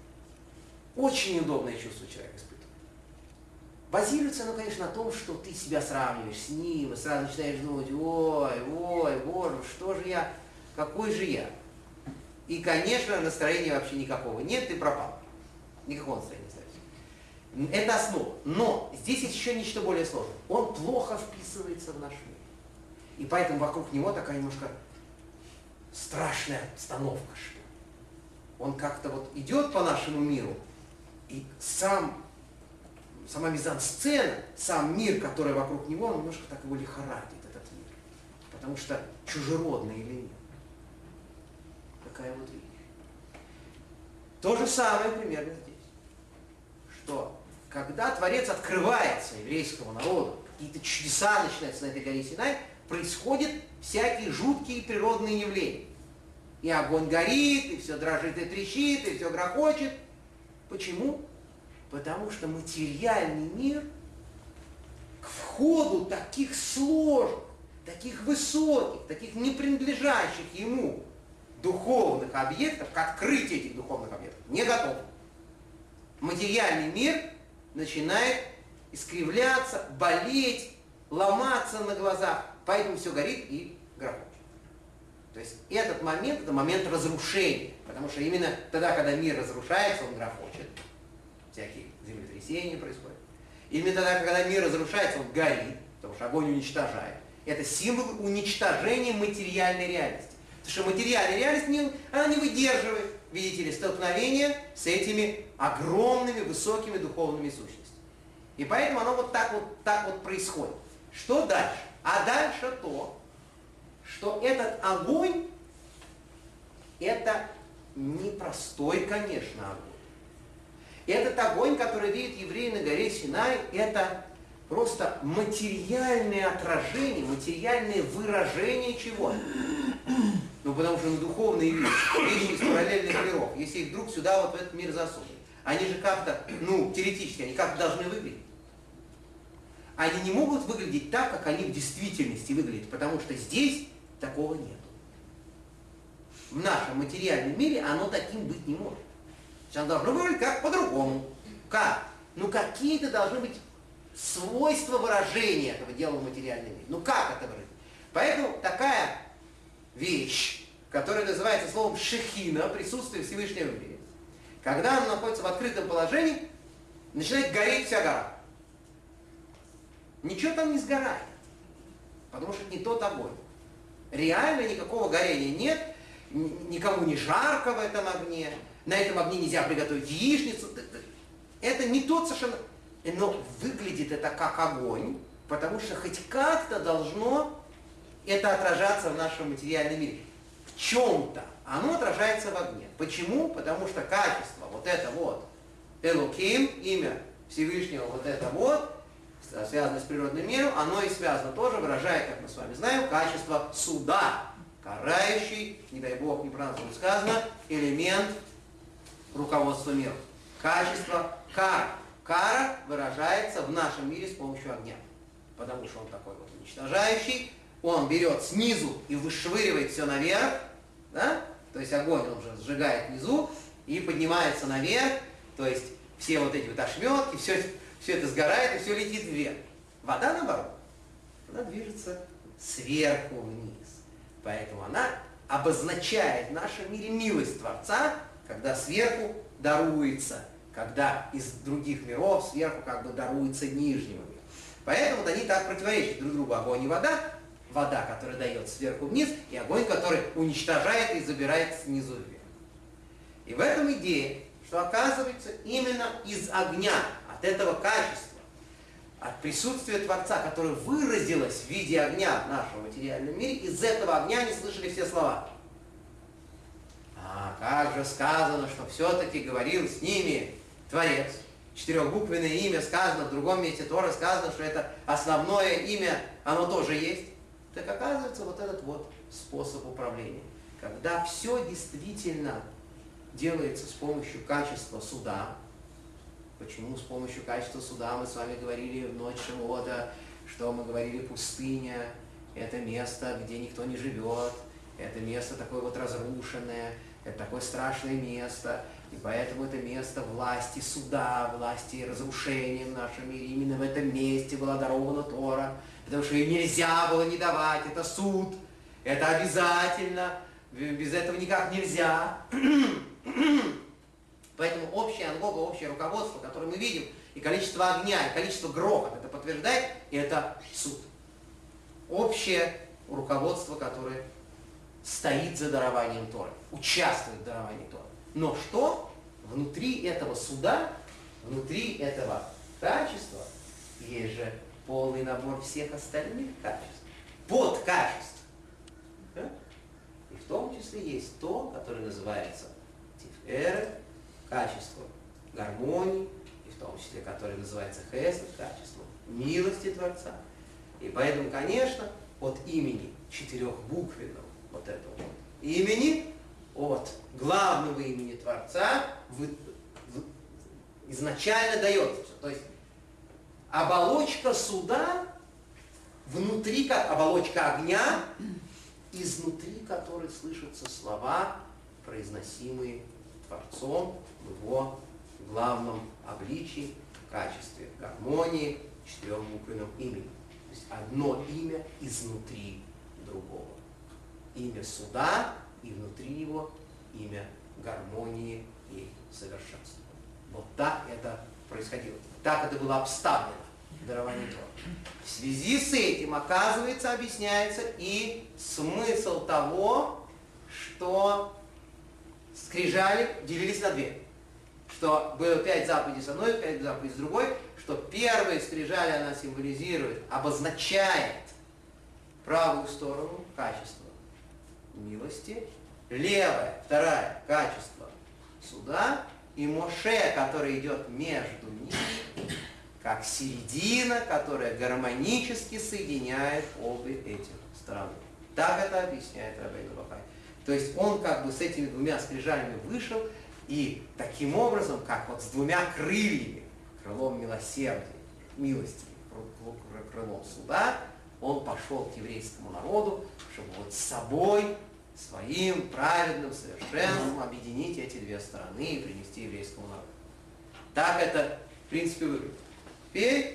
очень неудобное чувство человек испытывает. Базируется оно, конечно, на том, что ты себя сравниваешь с ним, и сразу начинаешь думать: ой, боже, что же я, какой же я. И, конечно, настроения вообще никакого нет, ты пропал. Никакого настроения не ставится. Это основа. Но здесь есть еще нечто более сложное. Он плохо вписывается в наш мир. И поэтому вокруг него такая немножко страшная обстановка, что он как-то вот идет по нашему миру, и сама мизансцена, сам мир, который вокруг него, он немножко так его лихорадит, этот мир. Потому что чужеродный элемент. Такая вот вещь. То же самое примерно здесь. Что когда Творец открывается еврейскому народу, какие-то чудеса начинаются на этой горе Синай, происходят всякие жуткие природные явления. И огонь горит, и все дрожит и трещит, и все грохочет. Почему? Потому что материальный мир к входу таких сложных, таких высоких, таких не принадлежащих ему духовных объектов, к открытию этих духовных объектов, не готов. Материальный мир начинает искривляться, болеть, ломаться на глазах, поэтому все горит и грохочет. То есть этот момент, это момент разрушения, потому что именно тогда, когда мир разрушается, он грохочет, всякие землетрясения происходят. Именно тогда, когда мир разрушается, он горит, потому что огонь уничтожает. Это символ уничтожения материальной реальности. Потому что материальная реальность, она не выдерживает, видите ли, столкновения с этими огромными, высокими духовными сущностями. И поэтому оно вот так происходит. Что дальше? А дальше то, что этот огонь, это непростой, конечно, огонь. Этот огонь, который видит евреи на горе Синай, это просто материальное отражение, материальное выражение чего? Ну, потому что духовные вещи из параллельных миров, если их вдруг сюда, вот в этот мир засунуть, они же как-то, теоретически, они как-то должны выглядеть. Они не могут выглядеть так, как они в действительности выглядят, потому что здесь такого нет. В нашем материальном мире оно таким быть не может. Оно должно выглядеть как по-другому. Как? Какие-то должны быть свойства выражения этого дела в материальном мире. Как это выразить? Поэтому такая вещь, которая называется словом шехина, присутствие Всевышнего в мире, Когда оно находится в открытом положении, начинает гореть вся гора. Ничего там не сгорает, потому что это не тот огонь. Реально никакого горения нет, никому не жарко в этом огне, на этом огне нельзя приготовить яичницу. Это не тот совершенно... Но выглядит это как огонь, потому что хоть как-то должно это отражаться в нашем материальном мире. В чем-то оно отражается в огне. Почему? Потому что качество, вот это вот, Элоким, имя Всевышнего, вот это вот, связано с природным миром, оно и связано тоже, выражает, как мы с вами знаем, качество суда, карающий, не дай Бог, не правильно сказано, элемент руководства миром. Качество кара. Кара выражается в нашем мире с помощью огня, потому что он такой вот уничтожающий, он берет снизу и вышвыривает все наверх, да? То есть огонь он же сжигает внизу и поднимается наверх, то есть все вот эти вот ошметки, все это сгорает и все летит вверх. Вода наоборот, она движется сверху вниз, поэтому она обозначает в нашем мире милость Творца, когда сверху даруется, когда из других миров сверху как бы даруется нижнему миру. Поэтому вот они так противоречат друг другу, огонь и вода. Вода, которая дает сверху вниз, и огонь, который уничтожает и забирает снизу вверх. И в этом идея, что оказывается именно из огня, от этого качества, от присутствия Творца, которое выразилось в виде огня в нашем материальном мире, из этого огня не слышали все слова. А как же сказано, что все-таки говорил с ними Творец. Четырехбуквенное имя сказано, в другом месте Тора сказано, что это основное имя, оно тоже есть. Так оказывается, вот этот вот способ управления, когда все действительно делается с помощью качества суда. Почему с помощью качества суда? Мы с вами говорили в ночь Шивота, что мы говорили, пустыня, это место, где никто не живет, это место такое вот разрушенное, это такое страшное место, и поэтому это место власти суда, власти разрушения в нашем мире. Именно в этом месте была дарована Тора, потому что ее нельзя было не давать, это суд, это обязательно, без этого никак нельзя. Поэтому общая ангога, общее руководство, которое мы видим, и количество огня, и количество грохот, это подтверждает, и это суд. Общее руководство, которое стоит за дарованием Торы, участвует в даровании Торы. Но что? Внутри этого суда, внутри этого качества есть же полный набор всех остальных качеств, подкачеств. Да? И в том числе есть то, которое называется тиферет, качество гармонии, и в том числе, которое называется хесед, качество милости Творца. И поэтому, конечно, от имени четырехбуквенного вот этого вот имени, от главного имени Творца изначально дается все. То есть оболочка суда внутри, как оболочка огня, изнутри которой слышатся слова, произносимые Творцом в его главном обличии, качестве гармонии, четырехбуквенном имени. То есть одно имя изнутри другого. Имя суда и внутри него имя гармонии и совершенства. Вот так это происходило. Так это было обставлено в даровании Торы. В связи с этим, оказывается, объясняется и смысл того, что скрижали делились на две. Что было 5 заповедей с одной, 5 заповедей с другой, что первая скрижаль, она символизирует, обозначает правую сторону качества милости, левая, вторая, качество суда, и Моше, который идет между ними, как середина, которая гармонически соединяет обе этих стороны. Так это объясняет Рабейну Бахай. То есть он как бы с этими двумя скрижалями вышел, и таким образом, как вот с двумя крыльями, крылом милосердия, милости, крылом суда, он пошел к еврейскому народу, чтобы вот с собой, своим праведным совершенством объединить эти две стороны и принести еврейскому народу. Так это, в принципе, выглядит. Теперь,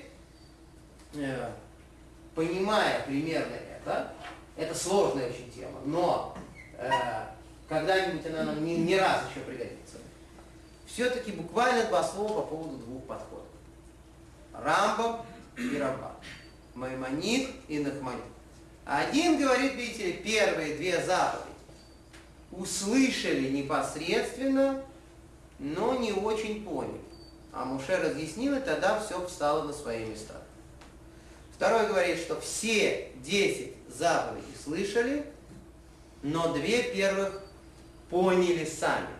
понимая примерно это сложная очень тема, но когда-нибудь она нам не раз еще пригодится. все-таки буквально два слова по поводу двух подходов. Рамбам и Рамбан. Маймонид и Нахманид. Один говорит, видите ли, первые две заповеди услышали непосредственно, но не очень поняли. А Моше разъяснил, и тогда все встало на свои места. Второй говорит, что все 10 заповедей слышали, но две первых поняли сами.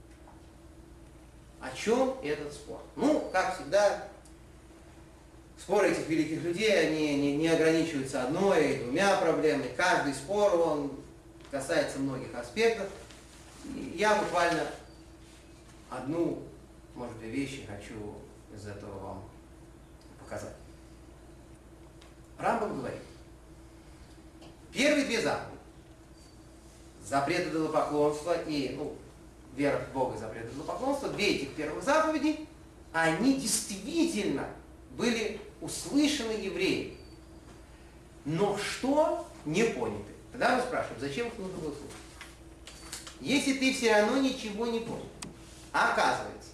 О чем этот спор? Ну, как всегда, споры этих великих людей, они не ограничиваются одной, двумя проблемами. Каждый спор, он касается многих аспектов. И я буквально одну, может, две вещи хочу из этого вам показать. Рамбам говорит, первые две заповеди, запрет идолопоклонства и, вера в Бога и запрет идолопоклонства, две этих первых заповеди, они действительно были услышаны евреями. Но что не поняты? Тогда мы спрашиваем, зачем их нужно было слушать? Если ты все равно ничего не понял, а оказывается,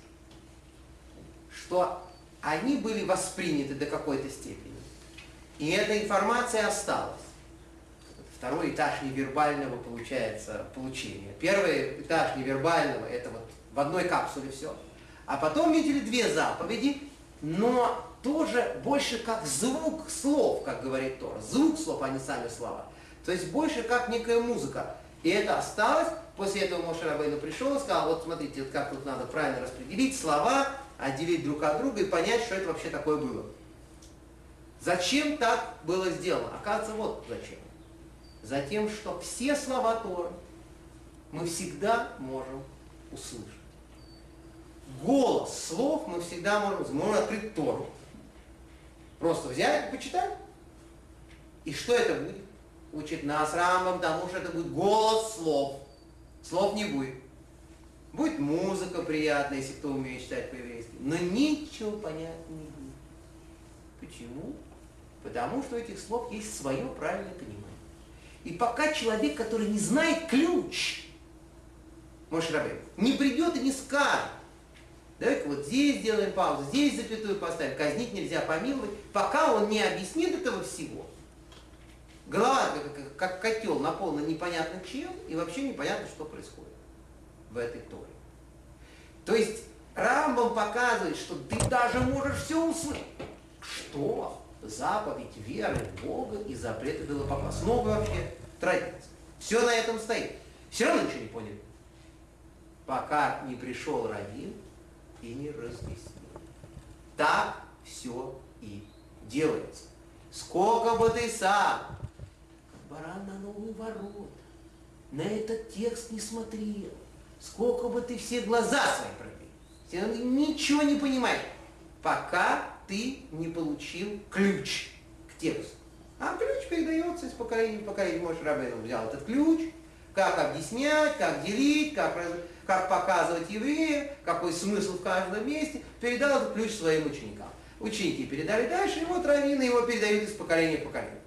что они были восприняты до какой-то степени, и эта информация осталась. Второй этаж невербального получается получение. Первый этаж невербального, это вот в одной капсуле все. А потом видели две заповеди, но тоже больше как звук слов, как говорит Тора. Звук слов, а не сами слова. То есть больше как некая музыка. И это осталось. После этого Моше Рабейну пришел и сказал, вот смотрите, как тут надо правильно распределить слова, отделить друг от друга и понять, что это вообще такое было. Зачем так было сделано? Оказывается, вот зачем. Затем, что все слова Торы мы всегда можем услышать. Голос слов мы всегда можем открыть Тору. Просто взять и почитать. И что это будет? Учит нас Рамбам тому, что это будет голос слов. Слов не будет. Будет музыка приятная, если кто умеет читать по-еврейски. Но ничего понять не будет. Почему? Потому что у этих слов есть свое правильное понимание. И пока человек, который не знает ключ, Моше Рабейну, не придет и не скажет, давай-ка вот здесь сделаем паузу, здесь запятую поставим, казнить нельзя, помиловать, пока он не объяснит этого всего, голова как котел наполнена непонятно чем, и вообще непонятно, что происходит в этой Торе. То есть Рамбам показывает, что ты даже можешь все услышать. Что? Заповедь веры в Бога и запрет идолопоклонства. Снова вообще традиция. Все на этом стоит. Все равно ничего не поняли. Пока не пришел раввин и не разъяснил. Так все и делается. Сколько бы ты сам, как баран на новые ворота, на этот текст не смотрел, сколько бы ты все глаза свои пробил, все равно ничего не понимаешь, пока ты не получил ключ к тексту. А ключ передается из поколения в поколение. Моше Рабейну взял этот ключ, как объяснять, как делить, как показывать евреям, какой смысл в каждом месте, передал этот ключ своим ученикам. Ученики передали дальше, и вот раввины его передают из поколения в поколение.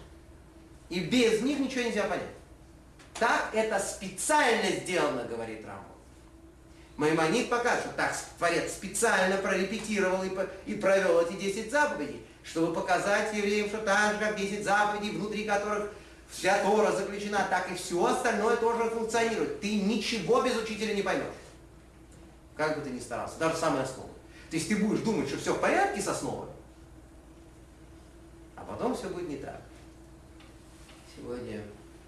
И без них ничего нельзя понять. Так это специально сделано, говорит Рамбам. Маймонид покажет, что так Творец специально прорепетировал и провел эти 10 заповедей, чтобы показать евреям, что так же, как 10 заповедей, внутри которых вся Тора заключена, так и все остальное тоже функционирует. Ты ничего без учителя не поймешь. Как бы ты ни старался, даже самые основы. То есть ты будешь думать, что все в порядке с основой, а потом все будет не так. Сегодня,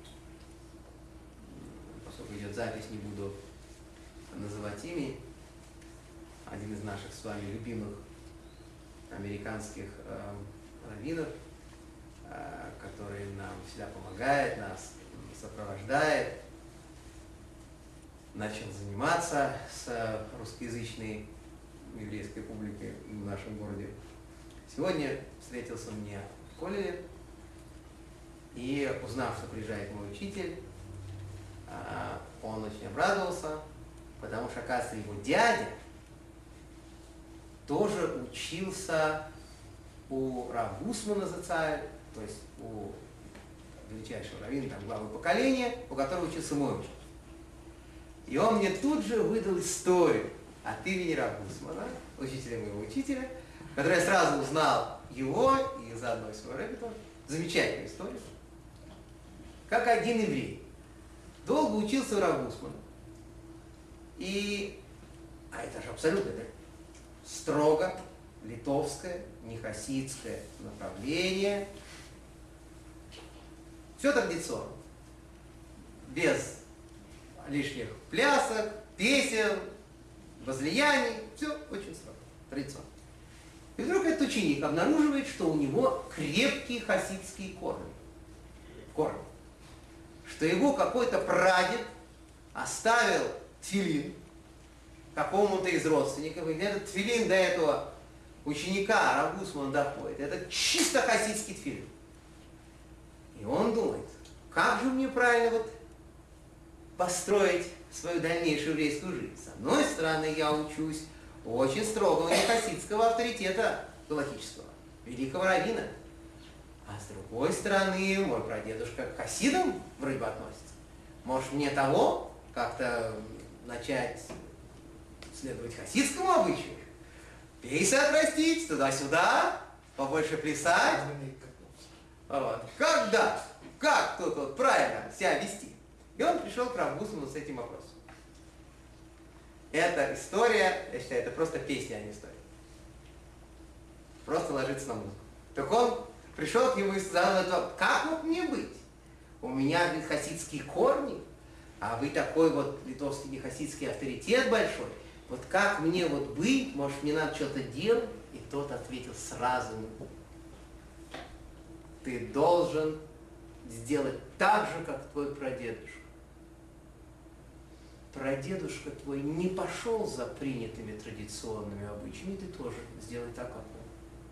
поскольку идет запись, не буду называть имя, один из наших с вами любимых американских раввинов, который нам всегда помогает, нас сопровождает, начал заниматься с русскоязычной еврейской публикой в нашем городе. Сегодня встретился мне в Колеле, и узнав, что приезжает мой учитель, он очень обрадовался, потому что, оказывается, его дядя тоже учился у Рав Гусмана Зацаль, то есть у величайшего раввина, там, главы поколения, у которого учился мой учитель. И он мне тут же выдал историю от имени Рав Гусмана, учителя моего учителя, который я сразу узнал его и заодно и свой рэбби тоже. Замечательная история. Как один еврей долго учился у Рав Гусмана. А это же абсолютно строго литовское, нехасидское направление. Все традиционно. Без лишних плясок, песен, возлияний. Все очень строго, традиционно. И вдруг этот ученик обнаруживает, что у него крепкие хасидские корни. Что его какой-то прадед оставил тфилин какому-то из родственников, и этот тфилин до этого ученика Рав Гусмана доходит. Это чисто хасидский тфилин. И он думает, как же мне правильно построить свою дальнейшую еврейскую жизнь. С одной стороны, я учусь у очень строгого нехасидского авторитета галактического, великого раввина. А с другой стороны, мой прадедушка к хасидам вроде бы относится. Может, мне того как-то начать следовать хасидскому обычаю? Пейсы отрастить, туда-сюда, побольше плясать. Вот. Как тут правильно себя вести? И он пришел к Рав Гусману с этим вопросом. Эта история, я считаю, это просто песня, а не история. Просто ложится на музыку. Так он пришел к нему и сказал, как вот мне быть? У меня, говорит, хасидские корни, а вы такой вот литовский нехасидский авторитет большой. Вот как мне вот быть? Может, мне надо что-то делать? И тот ответил сразу. Ты должен сделать так же, как твой прадедушка. Прадедушка твой не пошел за принятыми традиционными обычаями, ты тоже сделай так, как он.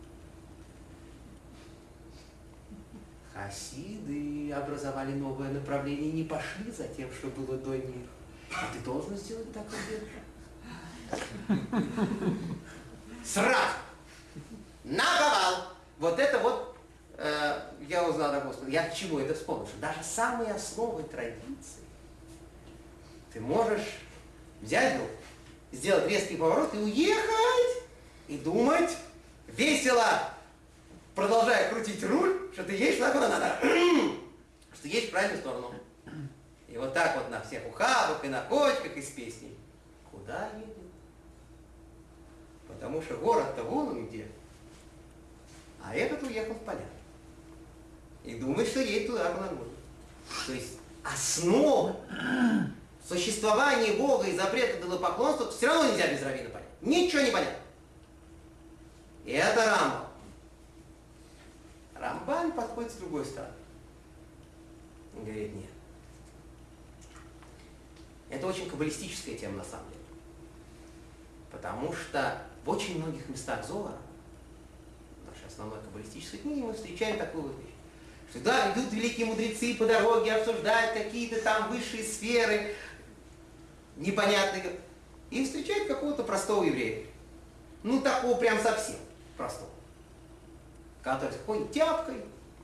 Хасиды образовали новое направление и не пошли за тем, что было до них. А ты должен сделать так, как дедушка. Сразу! Наговал! Вот это вот я узнал о Господе. Я к чему это вспомнил? Что даже самые основы традиции ты можешь взять, сделать резкий поворот и уехать, и думать весело, продолжая крутить руль, что ты едешь туда, куда надо, что едешь в правильную сторону. И вот так вот на всех ухабах и на кочках и с песней. Куда едет? Потому что город-то вон он где. А этот уехал в поля. И думает, что едет туда, куда нужно. То есть основа существования Бога и запрета идолопоклонства все равно нельзя без раввина понять. Ничего не понятно. И это Рамбам. Рамбан подходит с другой стороны. Он говорит, нет. Это очень каббалистическая тема на самом деле. Потому что в очень многих местах Зоара, в нашей основной каббалистической книге, мы встречаем такую вот вещь. Что да, идут великие мудрецы по дороге, обсуждают какие-то там высшие сферы, непонятные, и встречают какого-то простого еврея. Ну, такого прям совсем простого. Который с какой-нибудь тяпкой,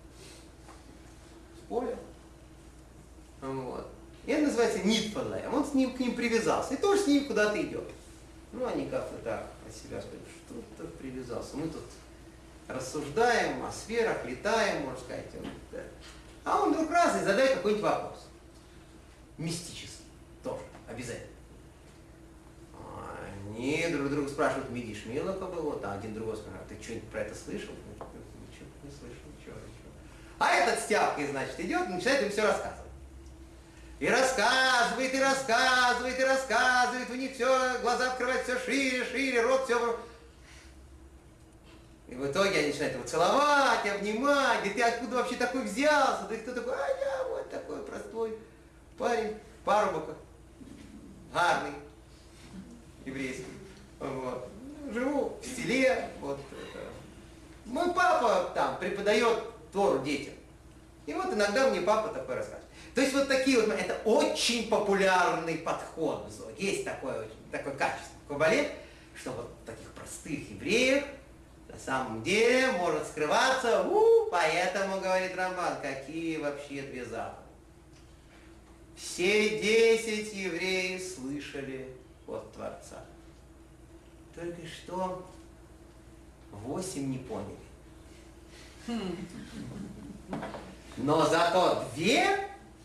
с поля. Вот. И это называется нитфадлаем. Он к ним привязался. И тоже с ним куда-то идет. Ну, они как-то так от себя сказали, что-то привязался. Мы тут рассуждаем о сферах, летаем, можно сказать. Да. А он вдруг раз и задает какой-нибудь вопрос. Мистический. Тоже. Обязательно. Они друг друга спрашивают, Мидиш Милока был, вот, а один другой спрашивает, а ты что-нибудь про это слышал? Ничего не слышал, ничего. А этот с тяпкой, значит, идет и начинает им все рассказывать. И рассказывает, и рассказывает, и рассказывает, у них все, глаза открывают все шире, шире, рот все... И в итоге они начинают его целовать, обнимать, говорит, ты откуда вообще такой взялся? Да кто такой? А я вот такой простой парень, парубок, гарный, еврейский. Вот. Живу в селе, вот это. Мой папа там преподает Тору детям. И вот иногда мне папа такой рассказывает. То есть вот такие вот, это очень популярный подход. Есть такое качество в Кабале, что вот в таких простых евреях на самом деле может скрываться, поэтому, говорит Рамбан, какие вообще две заповеди. Все 10 евреев слышали от Творца. только что 8 не поняли. Но зато 2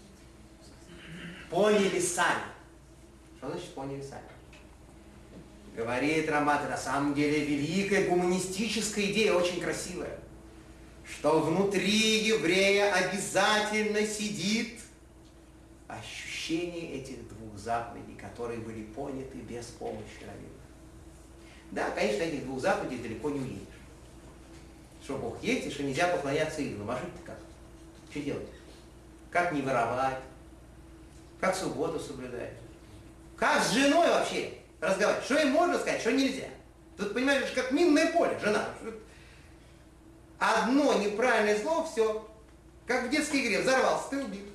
поняли сами. Что значит поняли сами? Говорит Рамбан, на самом деле великая гуманистическая идея, очень красивая, что внутри еврея обязательно сидит ощущение этих 2 заповедей, которые были поняты без помощи раввина. Да, конечно, этих 2 заповедей далеко не уедешь. Что Бог есть и что нельзя поклоняться идолам. А жить-то как? Что делать? Как не воровать? Как субботу соблюдать? Как с женой вообще разговаривать? Что им можно сказать, что нельзя? Тут, понимаешь, как минное поле, жена. Одно неправильное слово, все. Как в детской игре, взорвался, ты убит.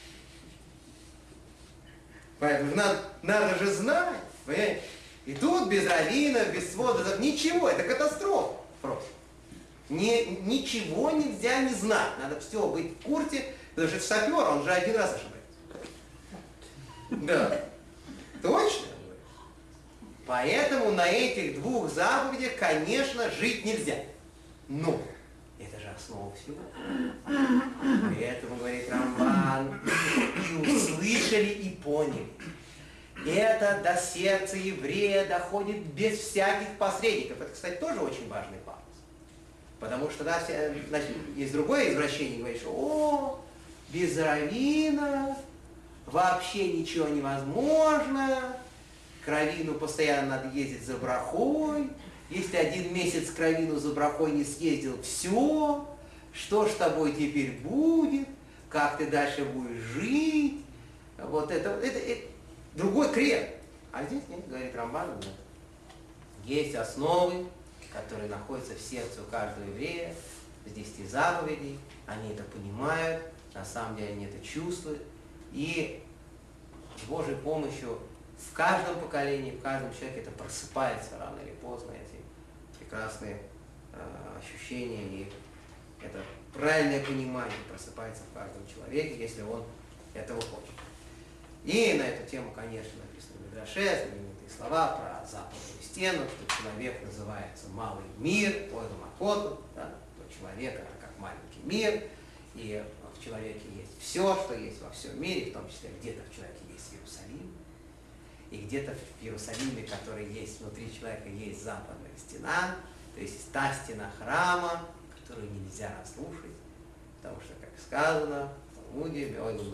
Поэтому надо же знать, понимаете? И тут без раввинов, без свода, ничего, это катастрофа просто. Ничего нельзя не знать, надо все быть в курсе, потому что это сапер, он же 1 раз ошибается. Да, точно. Поэтому на этих 2 заповедях, конечно, жить нельзя. Но это же основа всего. Поэтому, говорит Рамбан, и услышали, и поняли. Это до сердца еврея доходит без всяких посредников. Это, кстати, тоже очень важный пафос. Потому что да, есть другое извращение, говорит, что без раввина вообще ничего невозможно, к раввину постоянно надо ездить за брахой, если 1 месяц к раввину за брахой не съездил, все, что ж с тобой теперь будет, как ты дальше будешь жить, вот это другой крем. А здесь нет, говорит Рамбан, нет. Есть основы, которые находятся в сердце у каждого еврея, с 10 заповедей, они это понимают, на самом деле они это чувствуют, и с Божьей помощью в каждом поколении, в каждом человеке это просыпается рано или поздно, эти прекрасные ощущения, и это правильное понимание просыпается в каждом человеке, если он этого хочет. И на эту тему, конечно, написано в Мидраше, знаменитые слова про западную стену, что человек называется малый мир, Ойла Макоту, да, то человек это как маленький мир, и в человеке есть все, что есть во всем мире, в том числе где-то в человеке есть Иерусалим, и где-то в Иерусалиме, который есть внутри человека, есть западная стена, то есть та стена храма, которую нельзя разрушить, потому что, как сказано в Талмуде,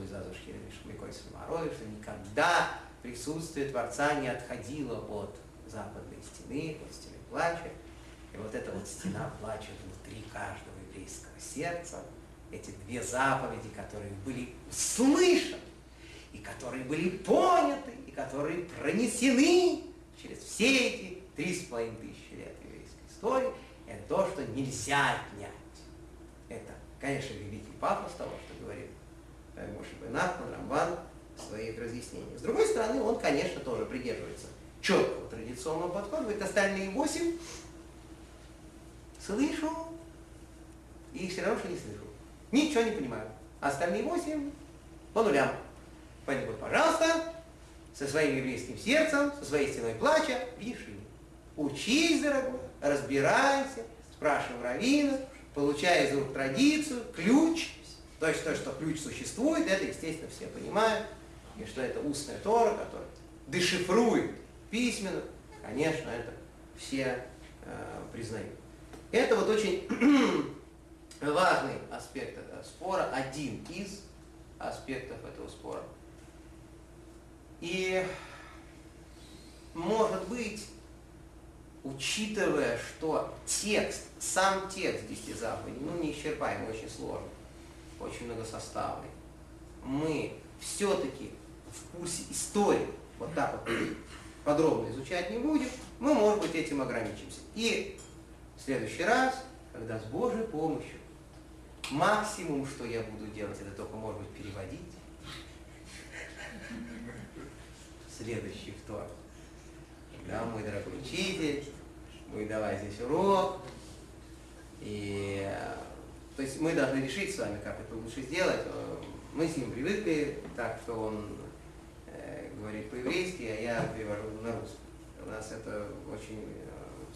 что никогда присутствие Творца не отходило от западной стены, от стены плача. И вот эта вот стена плача внутри каждого еврейского сердца, эти 2 заповеди, которые были услышаны, и которые были поняты, и которые пронесены через все эти 3500 лет еврейской истории, это то, что нельзя отнять. Это, конечно, великий пафос того, что говорит Моше бен Нахман, Рамбан в своих разъяснениях. С другой стороны, он, конечно, тоже придерживается четкого традиционного подхода. Говорит, остальные 8 слышу, и все равно, что не слышу. Ничего не понимаю. Остальные 8 по нулям. Поэтому, пожалуйста, со своим еврейским сердцем, со своей стеной плача в Ешиве. Учись, дорогой, разбирайся, спрашивай раввина, получай из рук традицию, ключ. То есть то, что ключ существует, это, естественно, все понимают. И что это устная Тора, которая дешифрует письменно, конечно, это все признают. Это вот очень важный аспект этого спора, один из аспектов этого спора. И, может быть, учитывая, что сам текст 10 заповедей, неисчерпаемый, очень сложный, очень многосоставный, мы все-таки в курсе истории вот так вот подробно изучать не будем, мы, может быть, этим ограничимся. И в следующий раз, когда с Божьей помощью, максимум, что я буду делать, это только, может быть, переводить следующий вторник. Да, мой дорогой учитель, будет давать здесь урок. И, то есть мы должны решить с вами, как это лучше сделать. Мы с ним привыкли так, что он говорит по-еврейски, а я перевожу на русский. У нас это очень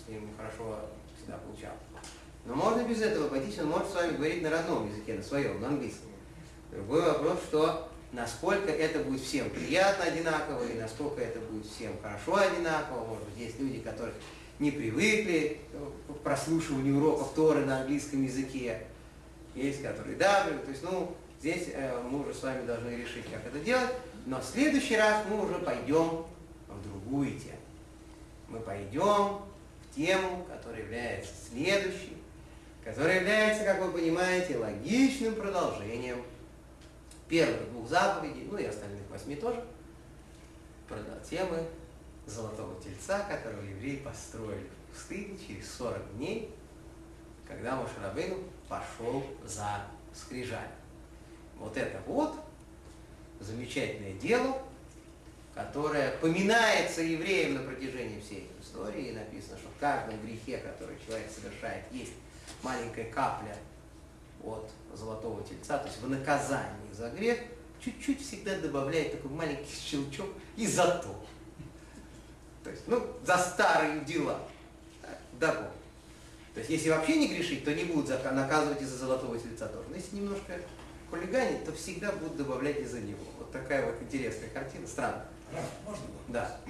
с ним хорошо всегда получалось. Но можно без этого обойтись, он может с вами говорить на родном языке, на своем, на английском. Другой вопрос, что насколько это будет всем приятно одинаково, и насколько это будет всем хорошо одинаково. Может быть, есть люди, которые не привыкли к прослушиванию уроков Торы на английском языке. Есть, которые да, то есть, ну, здесь мы уже с вами должны решить, как это делать. Но в следующий раз мы уже пойдем в другую тему. Мы пойдем в тему, которая является следующей, которая является, как вы понимаете, логичным продолжением первых двух заповедей, ну и остальных 8 тоже, темы Золотого Тельца, которого евреи построили в пустыне через 40 дней, когда Моше Рабейну пошел за скрижали. Вот это вот замечательное дело, которое поминается евреям на протяжении всей этой истории, и написано, что в каждом грехе, который человек совершает, есть маленькая капля от Золотого Тельца, то есть в наказании за грех чуть-чуть всегда добавляет такой маленький щелчок и за то. То есть, ну, за старые дела. Да, Бог. То есть, если вообще не грешить, то не будут наказывать из-за Золотого Тельца тоже. Но если немножко хулиганить, то всегда будут добавлять из-за него. Вот такая вот интересная картина, странная. Можно было? Да.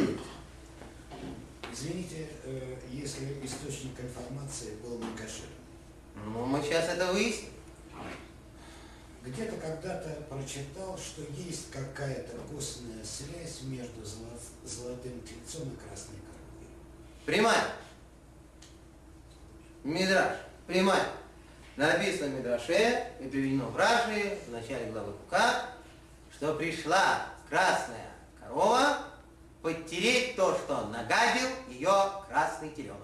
Извините, если источник информации был не кошерным. Ну, мы сейчас это выясним. Где-то когда-то прочитал, что есть какая-то косвенная связь между Золотым Тельцом и Красной Коровой. Прямая. Мидраш. Прямая. Написано в Мидраше и приведено в Раши в начале главы Кука, что пришла красная корова подтереть то, что нагадил ее красный теленок.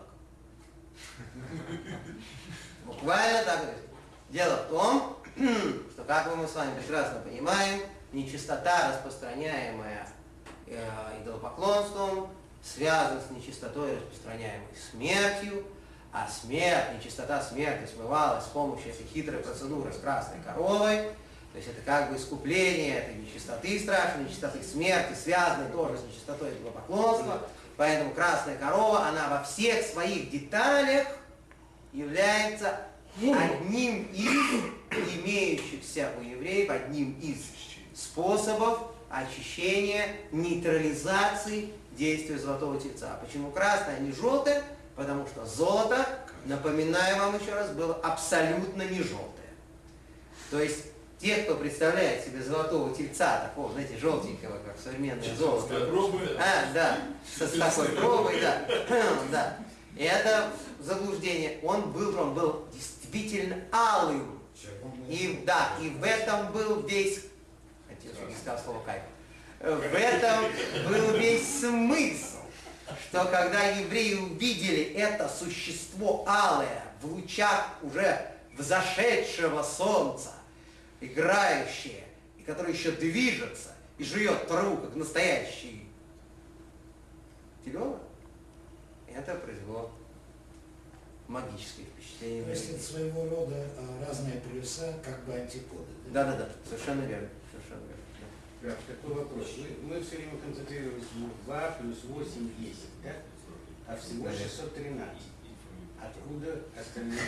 Буквально так и есть. Дело в том, что, как мы с вами прекрасно понимаем, нечистота, распространяемая идолопоклонством, связана с нечистотой, распространяемой смертью, а смерть, нечистота смерти смывалась с помощью этой хитрой процедуры с красной коровой. То есть это как бы искупление этой нечистоты страшной, нечистоты смерти, связанной тоже с нечистотой идолопоклонства. Поэтому красная корова, она во всех своих деталях является одним из имеющихся у евреев, одним из способов очищения, нейтрализации действия Золотого Тельца. Почему красное, а не желтое? Потому что золото, напоминаю вам еще раз, было абсолютно не желтое. То есть те, кто представляет себе Золотого Тельца, такого, знаете, желтенького, как современное золото. Да, с такой пробой, да. Да. Это заблуждение. Он был действительно алым. И да, и в этом был весь, отец не сказал слово кайф, в этом был весь смысл, что когда евреи увидели это существо алое в лучах уже взошедшего солнца, играющее, и которое еще движется и жует траву, как настоящий теленок, это произвело магическое впечатление. То есть это своего рода разные полюса, как бы антиподы. Да, совершенно верно. Совершенно верно. Да, такой вопрос. Мы все время концентрируемся на 2 плюс 8, 10, да? А всего 613. Откуда остальные?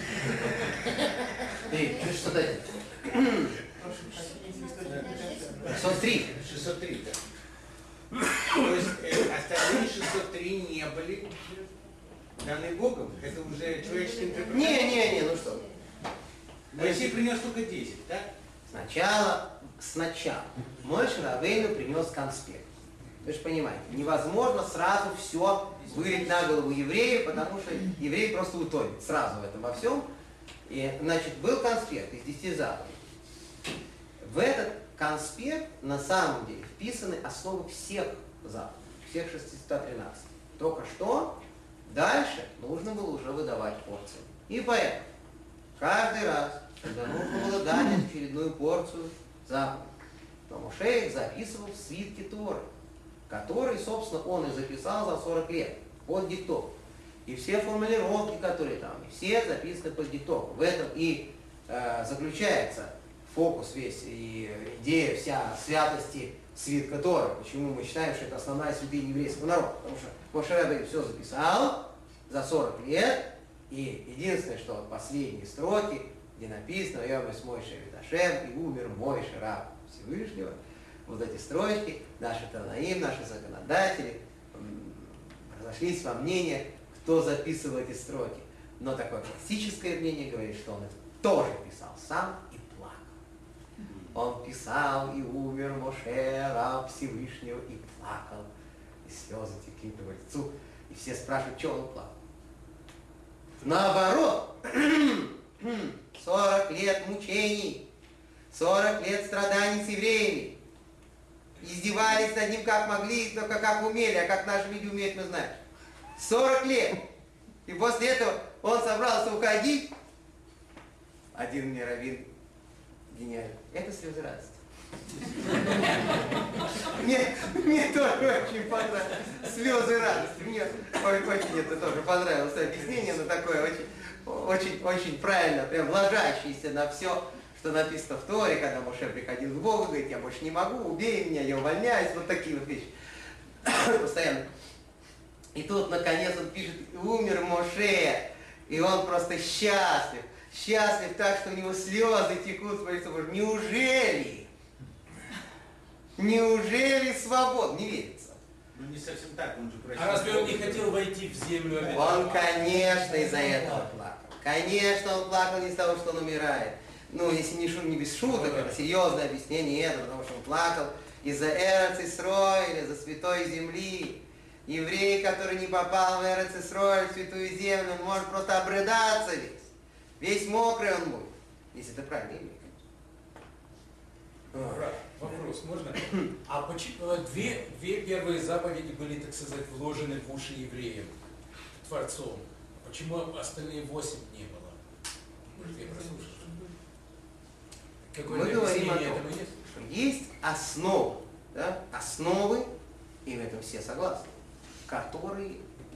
Ты что дать? 603. 603, да. То есть остальные 603 не были даны Богом? Это уже человеческая интерпретация? Не, ну что. Моисей принес только 10, да? Сначала Моше Рабейну принес конспект. Вы же понимаете, невозможно сразу все вылить на голову еврею, потому что еврей просто утонет сразу в этом во всем. И, значит, был конспект из 10 заповедей. В этот конспект на самом деле вписаны основы всех заповедей, всех 613. Только что дальше нужно было уже выдавать порции. И поэтому каждый раз, когда нужно было дать очередную порцию заповедей, то Моше их записывал в свитке Торы, который, собственно, он и записал за 40 лет под диктовку. И все формулировки, которые там, все записаны под диктовку. В этом и заключается фокус весь и идея вся святости свитка Торы. Почему мы считаем, что это основная святыня еврейского народа? Потому что Моше Рабейну все записал, за 40 лет, и единственное, что вот последние строки, где написано «Йомес Мойше Виташем» и «Умер Мойше, раб Всевышнего», вот эти строчки, наши Танаим, наши законодатели разошлись во мнениях, кто записывал эти строки. Но такое классическое мнение говорит, что он это тоже писал сам и плакал. Он писал и умер Моше, раб Всевышнего, и плакал. И слезы текли по лицу. И все спрашивают, что он плакал. Наоборот, 40 лет мучений, 40 лет страданий с евреями. Издевались над ним как могли, только как умели, а как наши люди умеют, мы знаем. 40 лет. И после этого он собрался уходить. Один мне раввин гениальный. Это слезы радости. Мне тоже очень понравилось. Слезы радости. Мне очень это тоже понравилось объяснение, но такое очень правильно, прям ложащееся на все, что написано в Торе, когда Моше приходил к Богу, говорит, я больше не могу, убей меня, я увольняюсь, вот такие вот вещи. Постоянно. И тут, наконец, он пишет, умер Моше, и он просто счастлив. Счастлив так, что у него слезы текут по лицу. Неужели? Неужели свобода? Не верится. Ну не совсем так, он же просил. А разве он не хотел войти в землю обетованную? Он, конечно, из-за этого плакал. Конечно, он плакал не из-за того, что он умирает. Ну, если не без шуток, это серьезное объяснение это, потому что он плакал из-за Эрец Исроэля, за святой земли. Еврей, который не попал в Эрец Исроэль, в святую землю, он может просто обрыдаться весь. Весь мокрый он будет. Если это правильно еврей, конечно. Вопрос, можно? А почему две первые заповеди были, так сказать, вложены в уши евреям, Творцом? Почему остальные 8 не было? Может, я прослушал? Мы говорим о том, что есть основы, да? Основы, и в этом все согласны, которые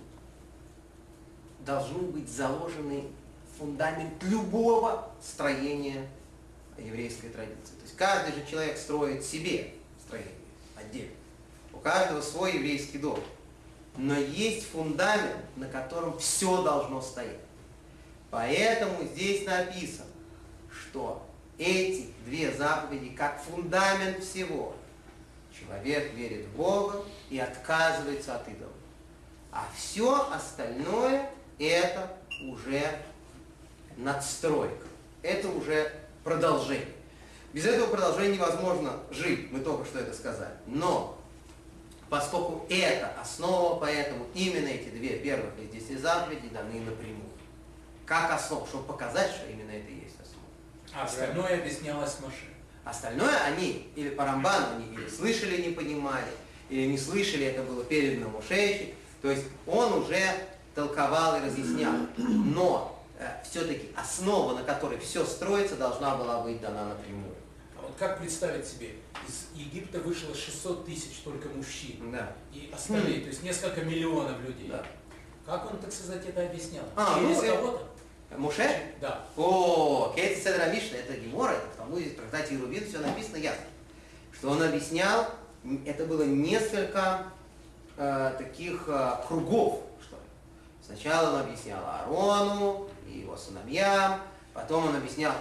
должны быть заложены в фундамент любого строения еврейской традиции. То есть каждый же человек строит себе строение отдельно. У каждого свой еврейский дом. Но есть фундамент, на котором все должно стоять. Поэтому здесь написано, что эти две заповеди как фундамент всего. Человек верит в Бога и отказывается от идолов. А все остальное это уже надстройка. Это уже продолжение. Без этого продолжения невозможно жить. Мы только что это сказали. Но поскольку это основа, поэтому именно эти две первых из 10 заповедей даны напрямую. Как основа, чтобы показать, что именно это и есть основа. А остальное объяснялось Моше. Остальное они, или по Рамбану, они или слышали, не понимали, или не слышали, это было передано Моше. То есть он уже толковал и разъяснял. Но все-таки основа, на которой все строится, должна была быть дана напрямую. А вот как представить себе, из Египта вышло 600 тысяч только мужчин, Да. и остальные, то есть несколько миллионов людей. Да. Как он, так сказать, это объяснял? Ну, Через кого-то? Моше? Да. О, Кейт Седра Мишна, это Гемора, это в Талмуде, в трактате Ерубин, все написано ясно. Что он объяснял, это было несколько таких кругов, что ли. Сначала он объяснял Аарону и его сыновьям, потом он объяснял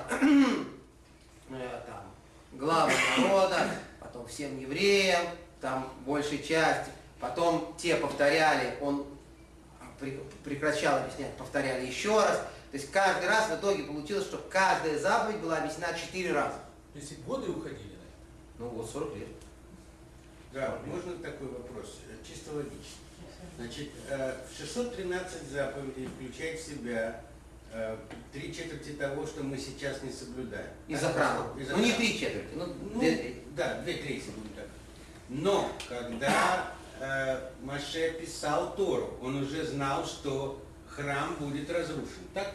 там, главам народа, потом всем евреям, там большей части, потом те повторяли, он прекращал объяснять, повторяли еще раз. То есть каждый раз в итоге получилось, что каждая заповедь была объяснена 4 раза. То есть и годы уходили на это? Ну вот 40 лет. Да, можно такой вопрос, чисто логически. Значит, в 613 заповедей включает в себя 3/4 того, что мы сейчас не соблюдаем. Из-за храма. Из-за Ну не храма. 3/4, ну Ну, 2/3. да, 2/3 будет так. Но когда Моше писал Тору, он уже знал, что храм будет разрушен. Так?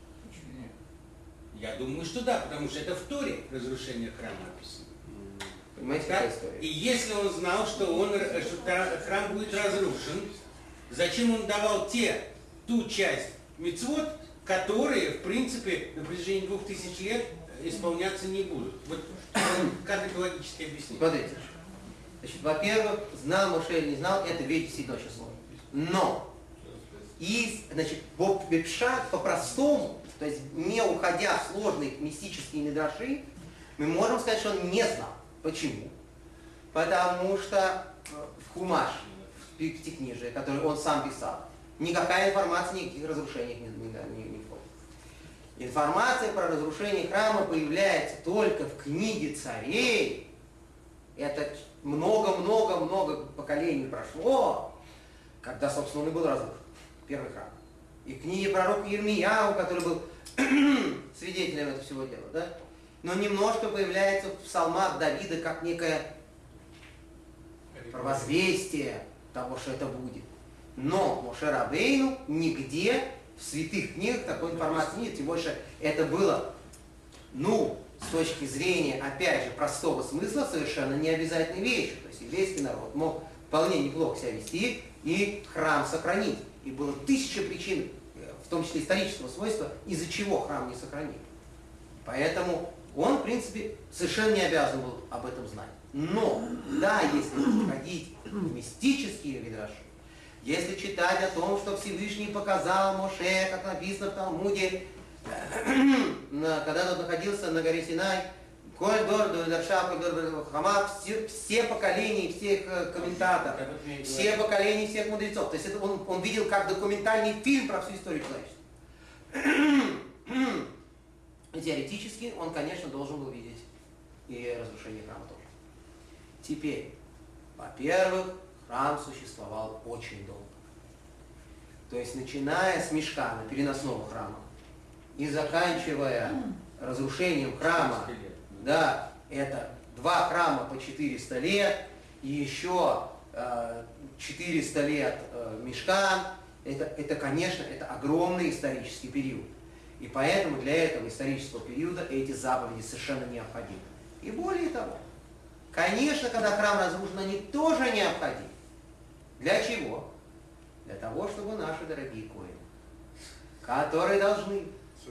Я думаю, что да, потому что это в Торе разрушение храма написано. Понимаете, Так? какая история? И если он знал, что храм будет разрушен, зачем он давал ту часть мицвот, которые, в принципе, на протяжении 2000 лет исполняться не будут? Вот как это логически объяснить? Смотрите. Значит, во-первых, знал Моше или не знал, это ведь 7 число. Но И, значит, бепшат по-простому, то есть не уходя в сложные мистические мидраши, мы можем сказать, что он не знал. Почему? Потому что в Хумаш, в Пятикнижие, который он сам писал, никакая информация о никаких разрушениях не входит. Информация про разрушение храма появляется только в книге царей. Это много-много-много поколений прошло, когда, собственно, он и был разрушен. Первый храм. И в книге пророка Ирмияу, который был свидетелем этого всего дела, да? Но немножко появляется в псалмах Давида как некое провозвестие того, что это будет. Но Моше Рабейну нигде в святых книгах такой информации нет. Тем больше это было, с точки зрения, опять же, простого смысла, совершенно не обязательной вещью. То есть еврейский народ мог вполне неплохо себя вести и храм сохранить. И было 1000 причин, в том числе исторического свойства, из-за чего храм не сохранили. Поэтому он, в принципе, совершенно не обязан был об этом знать. Но, да, если входить в мистические мидраши, если читать о том, что Всевышний показал Моше, как написано в Талмуде, когда тот находился на горе Синай, все поколения всех комментаторов, все поколения всех мудрецов. То есть это он видел как документальный фильм про всю историю человечества. И теоретически он, конечно, должен был видеть и разрушение храма тоже. Теперь, во-первых, храм существовал очень долго. То есть, начиная с Мишкана, переносного храма, и заканчивая разрушением храма, да, это 2 храма по 400 лет, и еще 400 лет Мишкан, это, конечно, это огромный исторический период. И поэтому для этого исторического периода эти заповеди совершенно необходимы. И более того, конечно, когда храм разрушен, они тоже необходимы. Для чего? Для того, чтобы наши дорогие коины, которые должны,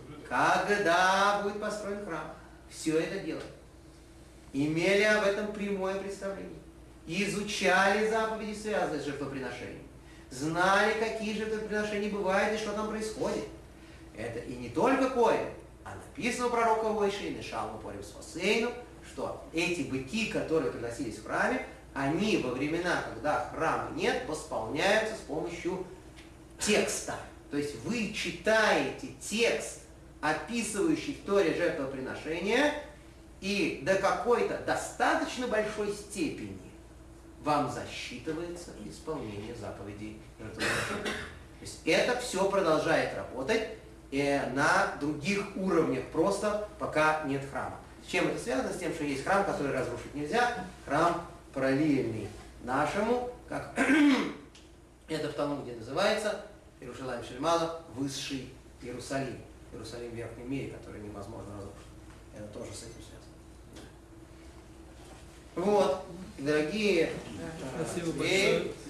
когда будет построен храм, все это делать, имели об этом прямое представление, изучали заповеди, связанные с жертвоприношением, знали, какие жертвоприношения бывают и что там происходит. Это и не только коины, а написано у пророка Ойши, и Нешалму порем с Хосейну, что эти быки, которые приносились в храме, они во времена, когда храма нет, восполняются с помощью текста. То есть вы читаете текст, описывающий в Торе жертвоприношения, и до какой-то достаточно большой степени вам засчитывается исполнение заповедей жертвоприношения. То есть это все продолжает работать на других уровнях, просто пока нет храма. С чем это связано? С тем, что есть храм, который разрушить нельзя, храм параллельный нашему, как это в Талмуде называется, Иерушалаим Шельмала, высший Иерусалим. Иерусалим в верхнем мире, который невозможно разрушить. Это тоже с этим связано. Вот, дорогие, Спасибо большое.